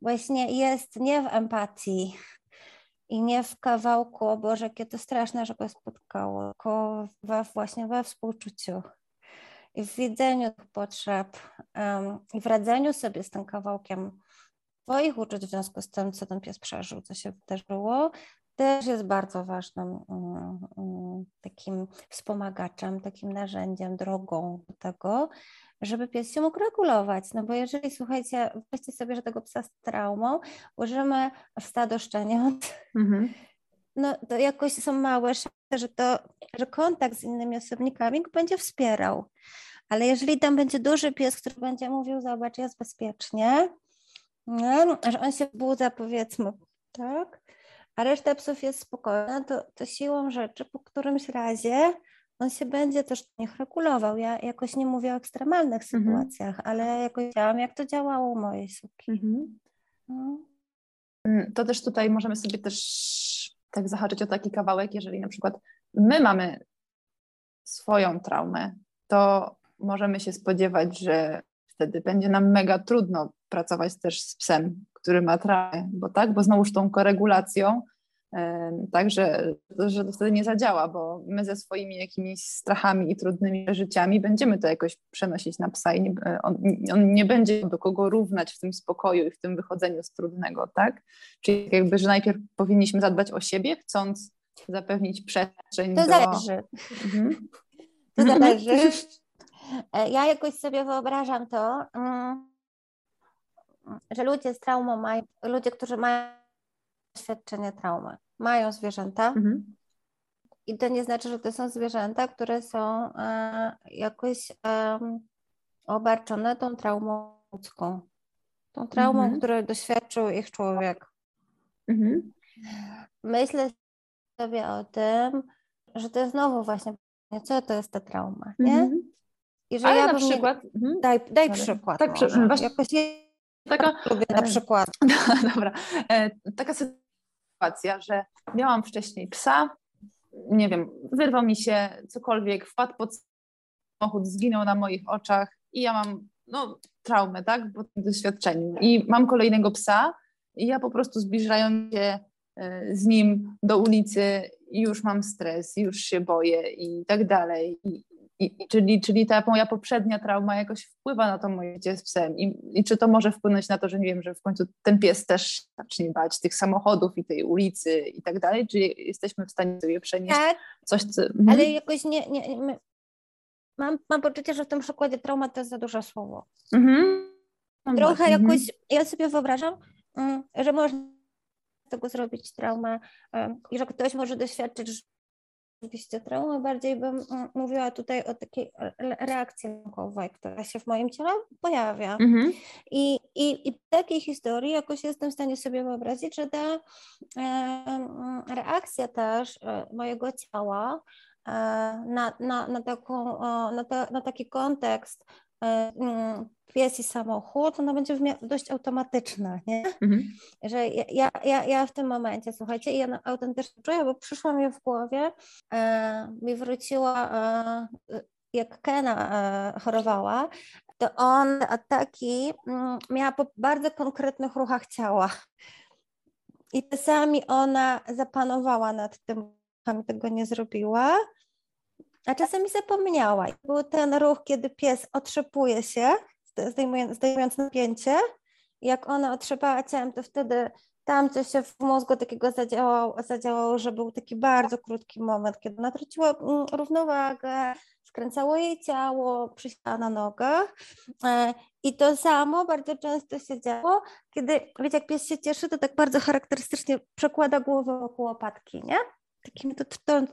właśnie jest nie w empatii i nie w kawałku, o Boże, jakie to straszne, że go spotkało, tylko właśnie we współczuciu i w widzeniu tych potrzeb i w radzeniu sobie z tym kawałkiem swoich uczuć w związku z tym, co ten pies przeżył, co się wydarzyło, też jest bardzo ważnym takim wspomagaczem, takim narzędziem, drogą do tego, żeby pies się mógł regulować. No bo jeżeli, słuchajcie, wyobraźcie sobie, że tego psa z traumą użymy w stado szczeniąt, no to jakoś są małe szanse, że kontakt z innymi osobnikami go będzie wspierał. Ale jeżeli tam będzie duży pies, który będzie mówił, zobacz, jest bezpiecznie, no, że on się budza, powiedzmy, tak, a reszta psów jest spokojna, to siłą rzeczy po którymś razie on się będzie też niech regulował. Ja jakoś nie mówię o ekstremalnych sytuacjach, ale jakoś wiedziałam, jak to działało u mojej suki. No. To też tutaj możemy sobie też tak zahaczyć o taki kawałek, jeżeli na przykład my mamy swoją traumę, to możemy się spodziewać, że wtedy będzie nam mega trudno pracować też z psem, który ma traumę, bo znowuż tą koregulacją, także że to wtedy nie zadziała, bo my ze swoimi jakimiś strachami i trudnymi przeżyciami będziemy to jakoś przenosić na psa i on nie będzie do kogo równać w tym spokoju i w tym wychodzeniu z trudnego, tak? Czyli jakby, że najpierw powinniśmy zadbać o siebie, chcąc zapewnić przestrzeń to zależy. To zależy. Ja jakoś sobie wyobrażam to, że ludzie z traumą ludzie, którzy mają doświadczenie traumy, mają zwierzęta i to nie znaczy, że to są zwierzęta, które są jakoś obarczone tą traumą ludzką, tą traumą, której doświadczył ich człowiek. Myślę sobie o tym, że to jest znowu właśnie, co to jest ta trauma, nie? I że ale ja na przykład... Daj przykład. Tak, może. Jakoś lubię na przykład. Dobra. Taka sytuacja, że miałam wcześniej psa, nie wiem, wyrwał mi się cokolwiek, wpadł pod samochód, zginął na moich oczach i ja mam traumę, tak, po tym doświadczeniu. I mam kolejnego psa i ja po prostu zbliżając się z nim do ulicy już mam stres, już się boję i tak dalej. Czyli ta moja poprzednia trauma jakoś wpływa na to moje życie z psem i czy to może wpłynąć na to, że nie wiem, że w końcu ten pies też zacznie bać tych samochodów i tej ulicy i tak dalej, czy jesteśmy w stanie sobie przenieść coś, co... Ale jakoś nie mam poczucie, że w tym przykładzie trauma to jest za duże słowo. Trochę jakoś, ja sobie wyobrażam, że można z tego zrobić traumę i że ktoś może doświadczyć rzeczywiście traumy. Bardziej bym mówiła tutaj o takiej reakcji lękowej, która się w moim ciele pojawia. I w takiej historii jakoś jestem w stanie sobie wyobrazić, że ta reakcja też mojego ciała na taki kontekst pies i samochód, ona będzie dość automatyczna, nie? Że ja w tym momencie, słuchajcie, ja autentycznie czuję, bo przyszło mi w głowie, mi wróciła, jak Kena chorowała, to on ataki miała po bardzo konkretnych ruchach ciała. I czasami ona zapanowała nad tym, czasami tego nie zrobiła, a czasami zapomniała. I był ten ruch, kiedy pies otrzepuje się, zdejmując napięcie. Jak ona otrzepała ciałem, to wtedy tam coś się w mózgu takiego zadziałało, że był taki bardzo krótki moment, kiedy ona traciła równowagę, skręcało jej ciało, przysiadła na nogach. I to samo bardzo często się działo, kiedy, wiecie, jak pies się cieszy, to tak bardzo charakterystycznie przekłada głowę wokół łopatki, nie? Takim to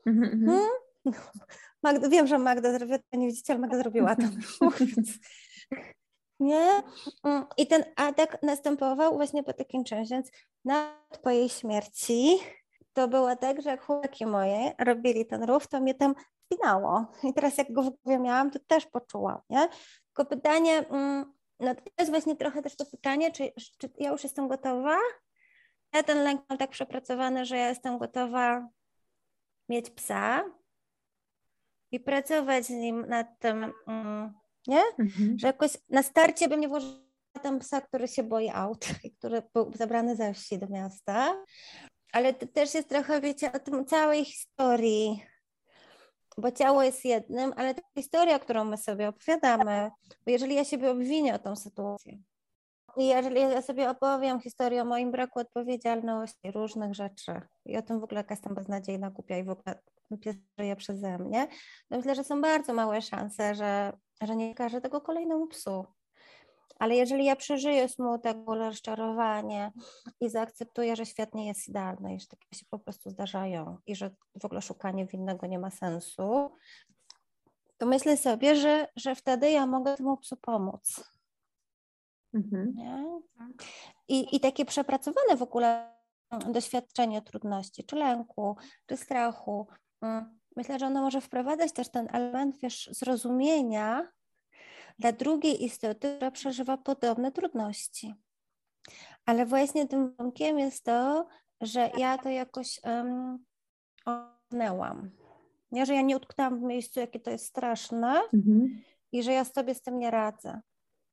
Magda, wiem, że Magda zrobiła, nie widzicie, ale Magda zrobiła ten ruch. Nie? I ten atak następował właśnie po takim czymś, więc nawet po jej śmierci to było tak, że jak chłopaki moje robili ten ruch, to mnie tam spinało. I teraz jak go w głowie miałam, to też poczułam, nie? Tylko pytanie, no to jest właśnie trochę też to pytanie, czy ja już jestem gotowa? Ja ten lęk mam tak przepracowany, że ja jestem gotowa mieć psa i pracować z nim nad tym, nie? Że jakoś na starcie bym nie włożyła tam psa, który się boi aut i który był zabrany ze wsi do miasta, ale to też jest trochę, wiecie, o tym całej historii, bo ciało jest jednym, ale ta historia, którą my sobie opowiadamy, bo jeżeli ja siebie obwinię o tą sytuację, i jeżeli ja sobie opowiem historię o moim braku odpowiedzialności, różnych rzeczy i o tym w ogóle, jaka jestem beznadziejna, głupia i w ogóle pies żyje przeze mnie, to myślę, że są bardzo małe szanse, że nie każę tego kolejnemu psu. Ale jeżeli ja przeżyję smutek, ból, rozczarowanie i zaakceptuję, że świat nie jest idealny i że takie się po prostu zdarzają i że w ogóle szukanie winnego nie ma sensu, to myślę sobie, że wtedy ja mogę temu psu pomóc. Nie? I takie przepracowane w ogóle doświadczenie trudności, czy lęku, czy strachu, myślę, że ono może wprowadzać też ten element, wiesz, zrozumienia dla drugiej istoty, która przeżywa podobne trudności. Ale właśnie tym warunkiem jest to, że ja to jakoś ogarnęłam. Nie, że ja nie utknęłam w miejscu, jakie to jest straszne i że ja sobie z tym nie radzę.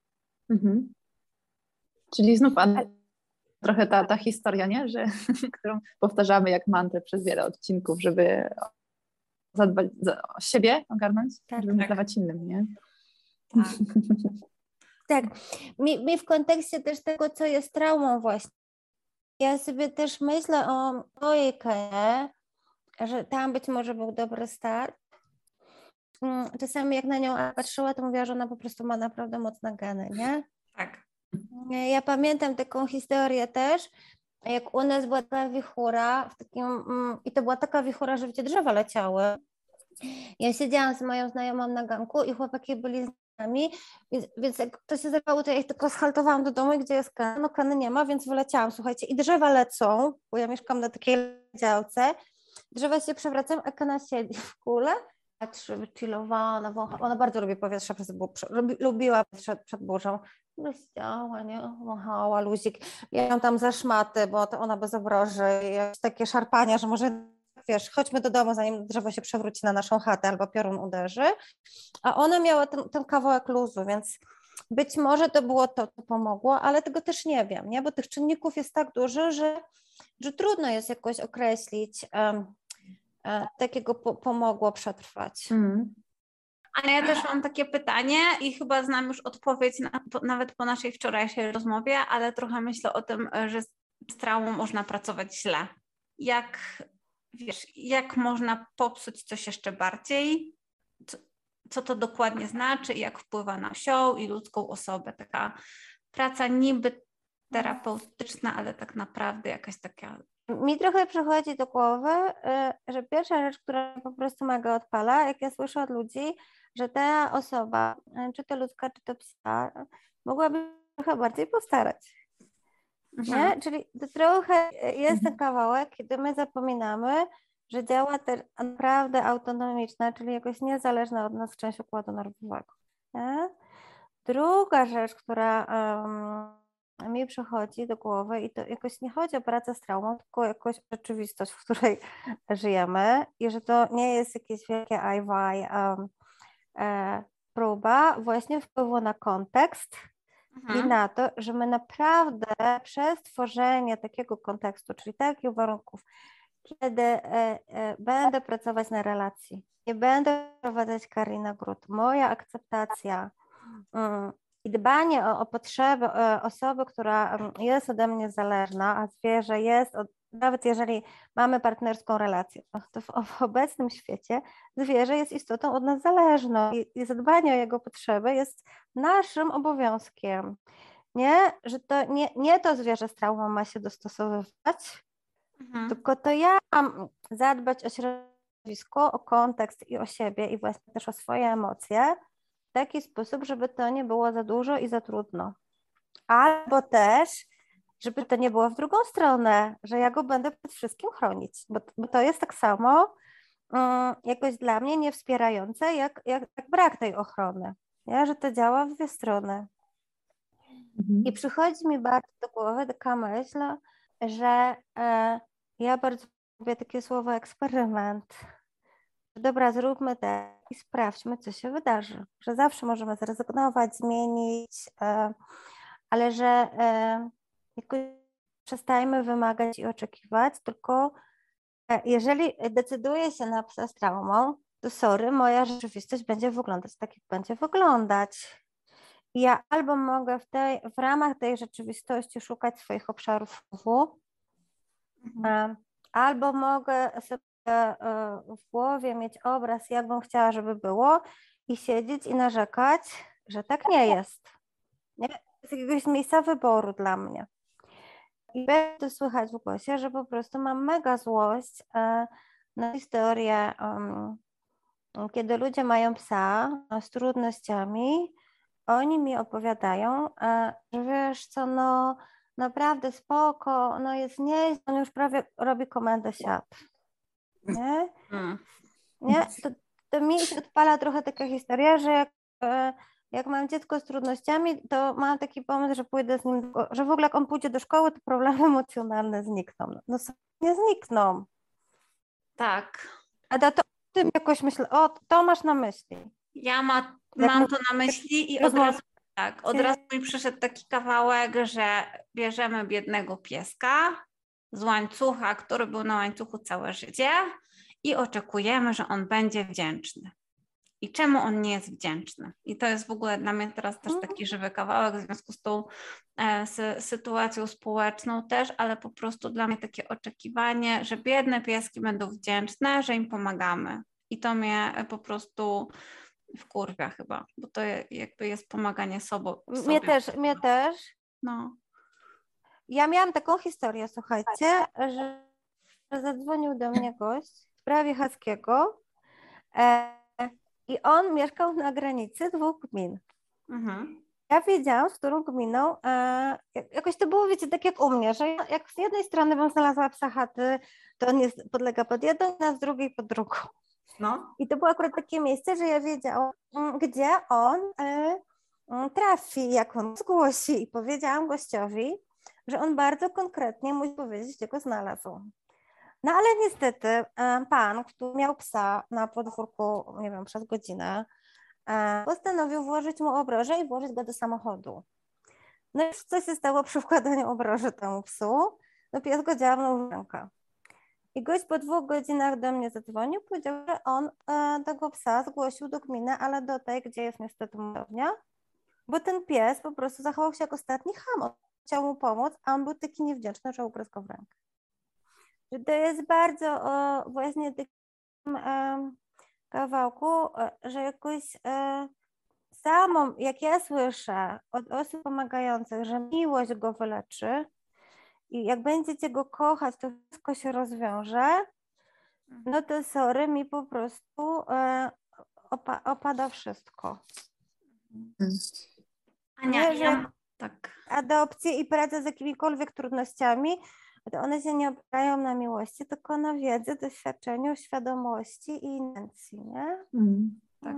Czyli znów trochę ta historia, nie? Że, którą powtarzamy jak mantrę przez wiele odcinków, żeby zadbać o siebie, ogarnąć, żeby nie dawać innym, nie? Tak. Tak. Mi w kontekście też tego, co jest traumą właśnie, ja sobie też myślę o ojkę, że tam być może był dobry start. Czasami jak na nią patrzyła, to mówiła, że ona po prostu ma naprawdę mocne geny, nie? Tak. Ja pamiętam taką historię też, jak u nas była taka wichura i to była taka wichura, że wiecie, drzewa leciały. Ja siedziałam z moją znajomą na ganku i chłopaki byli z nami, więc jak to się zerwało, to ja ich tylko schaltowałam do domu, gdzie jest Ken. No Keny nie ma, więc wyleciałam, słuchajcie, i drzewa lecą, bo ja mieszkam na takiej działce, drzewa się przewracają, a Kena siedzi w kule, patrzy, wychillowana, ona bardzo lubi powietrze, lubiła przed burzą, siedziała, nie, wąchała luzik, ja ją tam za szmaty, bo to ona bez obroży, jakieś takie szarpania, że może wiesz, chodźmy do domu, zanim drzewo się przewróci na naszą chatę albo piorun uderzy, a ona miała ten kawałek luzu, więc być może to było to, co pomogło, ale tego też nie wiem, nie? Bo tych czynników jest tak dużo, że trudno jest jakoś określić, takiego pomogło przetrwać. Ale ja też mam takie pytanie i chyba znam już odpowiedź nawet po naszej wczorajszej rozmowie, ale trochę myślę o tym, że z traumą można pracować źle. Jak można popsuć coś jeszcze bardziej? Co to dokładnie znaczy i jak wpływa na wsią i ludzką osobę? Taka praca niby terapeutyczna, ale tak naprawdę jakaś taka... Mi trochę przychodzi do głowy, że pierwsza rzecz, która po prostu mega odpala, jak ja słyszę od ludzi, że ta osoba, czy to ludzka, czy to psa, mogłaby trochę bardziej postarać. Nie? Czyli to trochę jest ten kawałek, kiedy my zapominamy, że działa też naprawdę autonomiczna, czyli jakoś niezależna od nas część układu nerwowego. Nie? Druga rzecz, która mi przychodzi do głowy i to jakoś nie chodzi o pracę z traumą, tylko jakąś rzeczywistość, w której żyjemy i że to nie jest jakieś wielkie próba właśnie wpływu na kontekst i na to, że my naprawdę przez tworzenie takiego kontekstu, czyli takich warunków, kiedy będę pracować na relacji, nie będę prowadzać karier nagród, moja akceptacja i dbanie o potrzeby osoby, która jest ode mnie zależna, a zwierzę jest, nawet jeżeli mamy partnerską relację, to w obecnym świecie zwierzę jest istotą od nas zależną i zadbanie o jego potrzeby jest naszym obowiązkiem. Nie, że to nie to zwierzę z traumą ma się dostosowywać, tylko to ja mam zadbać o środowisko, o kontekst i o siebie i właśnie też o swoje emocje w taki sposób, żeby to nie było za dużo i za trudno. Albo też, żeby to nie było w drugą stronę, że ja go będę przed wszystkim chronić, bo to jest tak samo jakoś dla mnie niewspierające, jak brak tej ochrony, nie? Że to działa w dwie strony. I przychodzi mi bardzo do głowy taka myśl, że ja bardzo lubię takie słowo eksperyment. Dobra, zróbmy tak i sprawdźmy, co się wydarzy. Że zawsze możemy zrezygnować, zmienić, ale że jakoś przestajemy wymagać i oczekiwać, tylko jeżeli decyduję się na psa z traumą, to sorry, moja rzeczywistość będzie wyglądać tak, jak będzie wyglądać. I ja albo mogę w ramach tej rzeczywistości szukać swoich obszarów wpływu, albo mogę sobie w głowie mieć obraz, jak bym chciała, żeby było i siedzieć i narzekać, że tak nie jest. Nie? Z jakiegoś miejsca wyboru dla mnie. I będzie to słychać w głosie, że po prostu mam mega złość na historię, kiedy ludzie mają psa z trudnościami, oni mi opowiadają, że wiesz co, no naprawdę spoko, no jest nieźle, on już prawie robi komendę siad. Nie? Nie? To mi się odpala trochę taka historia, że jak mam dziecko z trudnościami, to mam taki pomysł, że pójdę z nim, że w ogóle jak on pójdzie do szkoły, to problemy emocjonalne znikną. No nie znikną. Tak. A to o tym jakoś myślę, to masz na myśli. Ja mam to na myśli i od razu mi przyszedł taki kawałek, że bierzemy biednego pieska z łańcucha, który był na łańcuchu całe życie i oczekujemy, że on będzie wdzięczny. I czemu on nie jest wdzięczny? I to jest w ogóle dla mnie teraz też taki żywy kawałek w związku z tą sytuacją społeczną też, ale po prostu dla mnie takie oczekiwanie, że biedne pieski będą wdzięczne, że im pomagamy. I to mnie po prostu wkurwia chyba, bo to jakby jest pomaganie sobie. Mnie też. No. Ja miałam taką historię, słuchajcie, że zadzwonił do mnie gość w sprawie Haskiego i on mieszkał na granicy 2 gmin. Ja wiedziałam, z którą gminą, jakoś to było, wiecie, tak jak u mnie, że jak z jednej strony bym znalazła psa chaty, to on podlega pod jedną, a z drugiej pod drugą. No. I to było akurat takie miejsce, że ja wiedziałam, gdzie on trafi, jak on zgłosi. I powiedziałam gościowi, że on bardzo konkretnie musi powiedzieć, gdzie go znalazł. No ale niestety pan, który miał psa na podwórku, nie wiem, przez godzinę, postanowił włożyć mu obroże i włożyć go do samochodu. No i co się stało przy wkładaniu obroży temu psu? No pies go dziabnął w rękę. I gość po 2 godzinach do mnie zadzwonił, powiedział, że on tego psa zgłosił do gminy, ale do tej, gdzie jest niestety murownia, bo ten pies po prostu zachował się jak ostatni cham. On chciał mu pomóc, a on był taki niewdzięczny, że ugryzł go w rękę. Że to jest bardzo właśnie takim kawałku, że jakoś samą, jak ja słyszę od osób pomagających, że miłość go wyleczy i jak będziecie go kochać, to wszystko się rozwiąże, no to sorry, mi po prostu opada wszystko. Ania, że tak. Adopcje i praca z jakimikolwiek trudnościami, to one się nie opierają na miłości, tylko na wiedzy, doświadczeniu, świadomości i intencji, nie? Tak.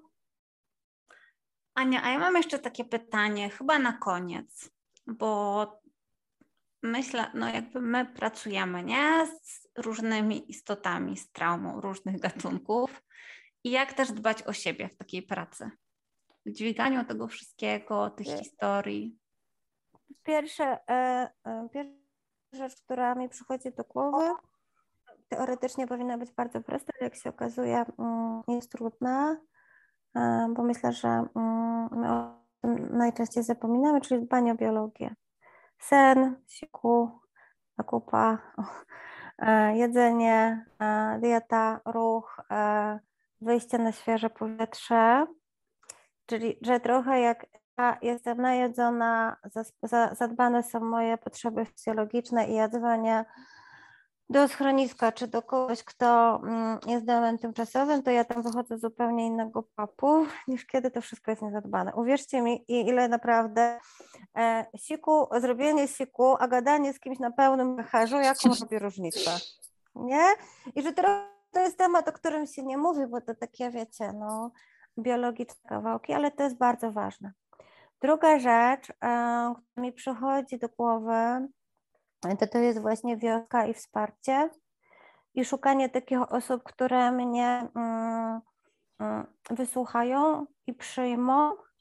Ania, a ja mam jeszcze takie pytanie, chyba na koniec, bo myślę, no jakby my pracujemy, nie? Z różnymi istotami, z traumą różnych gatunków i jak też dbać o siebie w takiej pracy? W dźwiganiu tego wszystkiego, tych historii. Pierwsza rzecz, która mi przychodzi do głowy, teoretycznie powinna być bardzo prosta, ale jak się okazuje, jest trudna, bo myślę, że my o tym najczęściej zapominamy, czyli dbanie o biologię. Sen, siku, zakupa, jedzenie, dieta, ruch, wyjście na świeże powietrze, czyli że trochę jak ja jestem najedzona, zadbane są moje potrzeby fizjologiczne i ja dzwonię do schroniska czy do kogoś, kto jest domem tymczasowym, to ja tam wychodzę z zupełnie innego papu, niż kiedy to wszystko jest niezadbane. Uwierzcie mi, ile naprawdę zrobienie siku, a gadanie z kimś na pełnym pacharzu, jaką robi różnicę, nie? I że to jest temat, o którym się nie mówi, bo to takie, wiecie, no, biologiczne kawałki, ale to jest bardzo ważne. Druga rzecz, która mi przychodzi do głowy, to jest właśnie wioska i wsparcie i szukanie takich osób, które mnie wysłuchają i przyjmą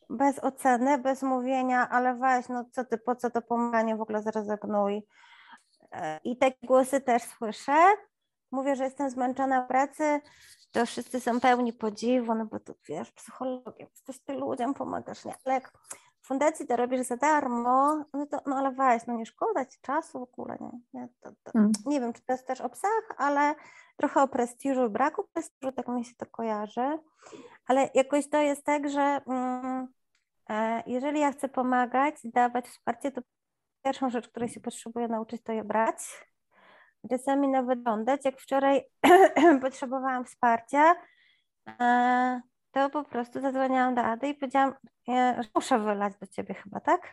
bez oceny, bez mówienia, ale weź, no co ty, po co to pomaganie, w ogóle zrezygnuj. I takie głosy też słyszę. Mówię, że jestem zmęczona w pracy, to wszyscy są pełni podziwu, no bo tu wiesz, psychologiem, jesteś ty ludziom, pomagasz, nie? Ale jak w fundacji to robisz za darmo, no to, no ale weź, no nie szkoda ci czasu w ogóle, nie? Nie wiem, czy to jest też o psach, ale trochę o prestiżu i braku prestiżu, tak mi się to kojarzy, ale jakoś to jest tak, że jeżeli ja chcę pomagać, dawać wsparcie, to pierwszą rzecz, której się potrzebuję nauczyć, to je brać. Czasami nawet żądać. Jak wczoraj potrzebowałam wsparcia, to po prostu zadzwoniłam do Ady i powiedziałam, że muszę wylać do ciebie chyba, tak?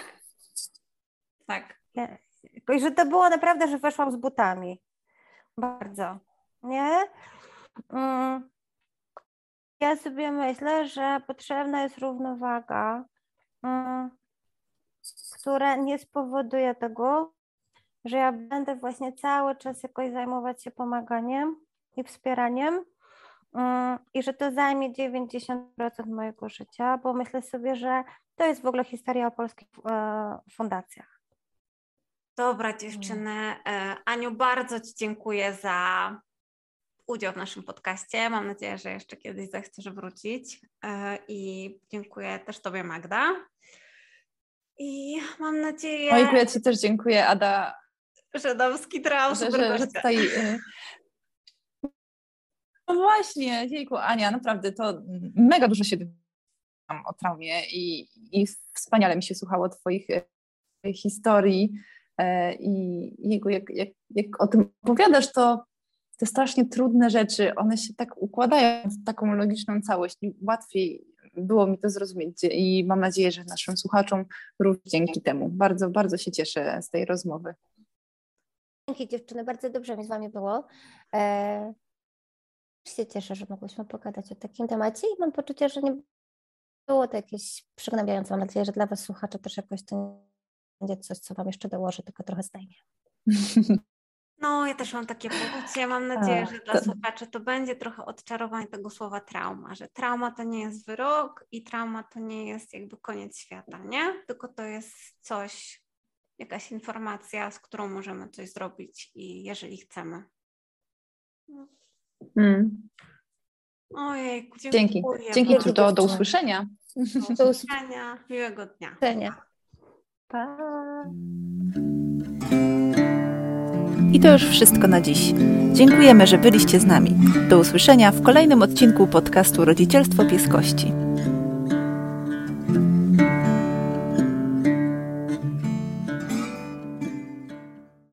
Tak. I że to było naprawdę, że weszłam z butami. Bardzo. Nie? Ja sobie myślę, że potrzebna jest równowaga, która nie spowoduje tego, że ja będę właśnie cały czas jakoś zajmować się pomaganiem i wspieraniem i że to zajmie 90% mojego życia, bo myślę sobie, że to jest w ogóle historia o polskich fundacjach. Dobra, dziewczyny. Aniu, bardzo Ci dziękuję za udział w naszym podcaście. Mam nadzieję, że jeszcze kiedyś zechcesz wrócić. I dziękuję też Tobie, Magda. I mam nadzieję... Ojku, ja Ci też dziękuję, Ada, że nam skitrałam że tutaj... No właśnie, jejku, Ania, naprawdę to mega dużo się dowiedziałam o traumie i wspaniale mi się słuchało Twoich historii i jejku, jak o tym opowiadasz, to te strasznie trudne rzeczy, one się tak układają w taką logiczną całość i łatwiej było mi to zrozumieć i mam nadzieję, że naszym słuchaczom również dzięki temu. Bardzo, bardzo się cieszę z tej rozmowy. Dzięki dziewczyny, bardzo dobrze mi z Wami było. Się cieszę, że mogłyśmy pogadać o takim temacie i mam poczucie, że nie było to jakieś przygnębiające. Mam nadzieję, że dla Was słuchaczy też jakoś to będzie coś, co Wam jeszcze dołoży, tylko trochę zdejmie. No, ja też mam takie poczucie. Mam nadzieję, że dla słuchaczy to będzie trochę odczarowanie tego słowa trauma, że trauma to nie jest wyrok i trauma to nie jest jakby koniec świata, nie? Tylko to jest coś, jakaś informacja, z którą możemy coś zrobić i jeżeli chcemy. Ojejku, dziękuję. Dzięki, do usłyszenia. Do usłyszenia. Miłego dnia. Pa. I to już wszystko na dziś. Dziękujemy, że byliście z nami. Do usłyszenia w kolejnym odcinku podcastu Rodzicielstwo Pieskości.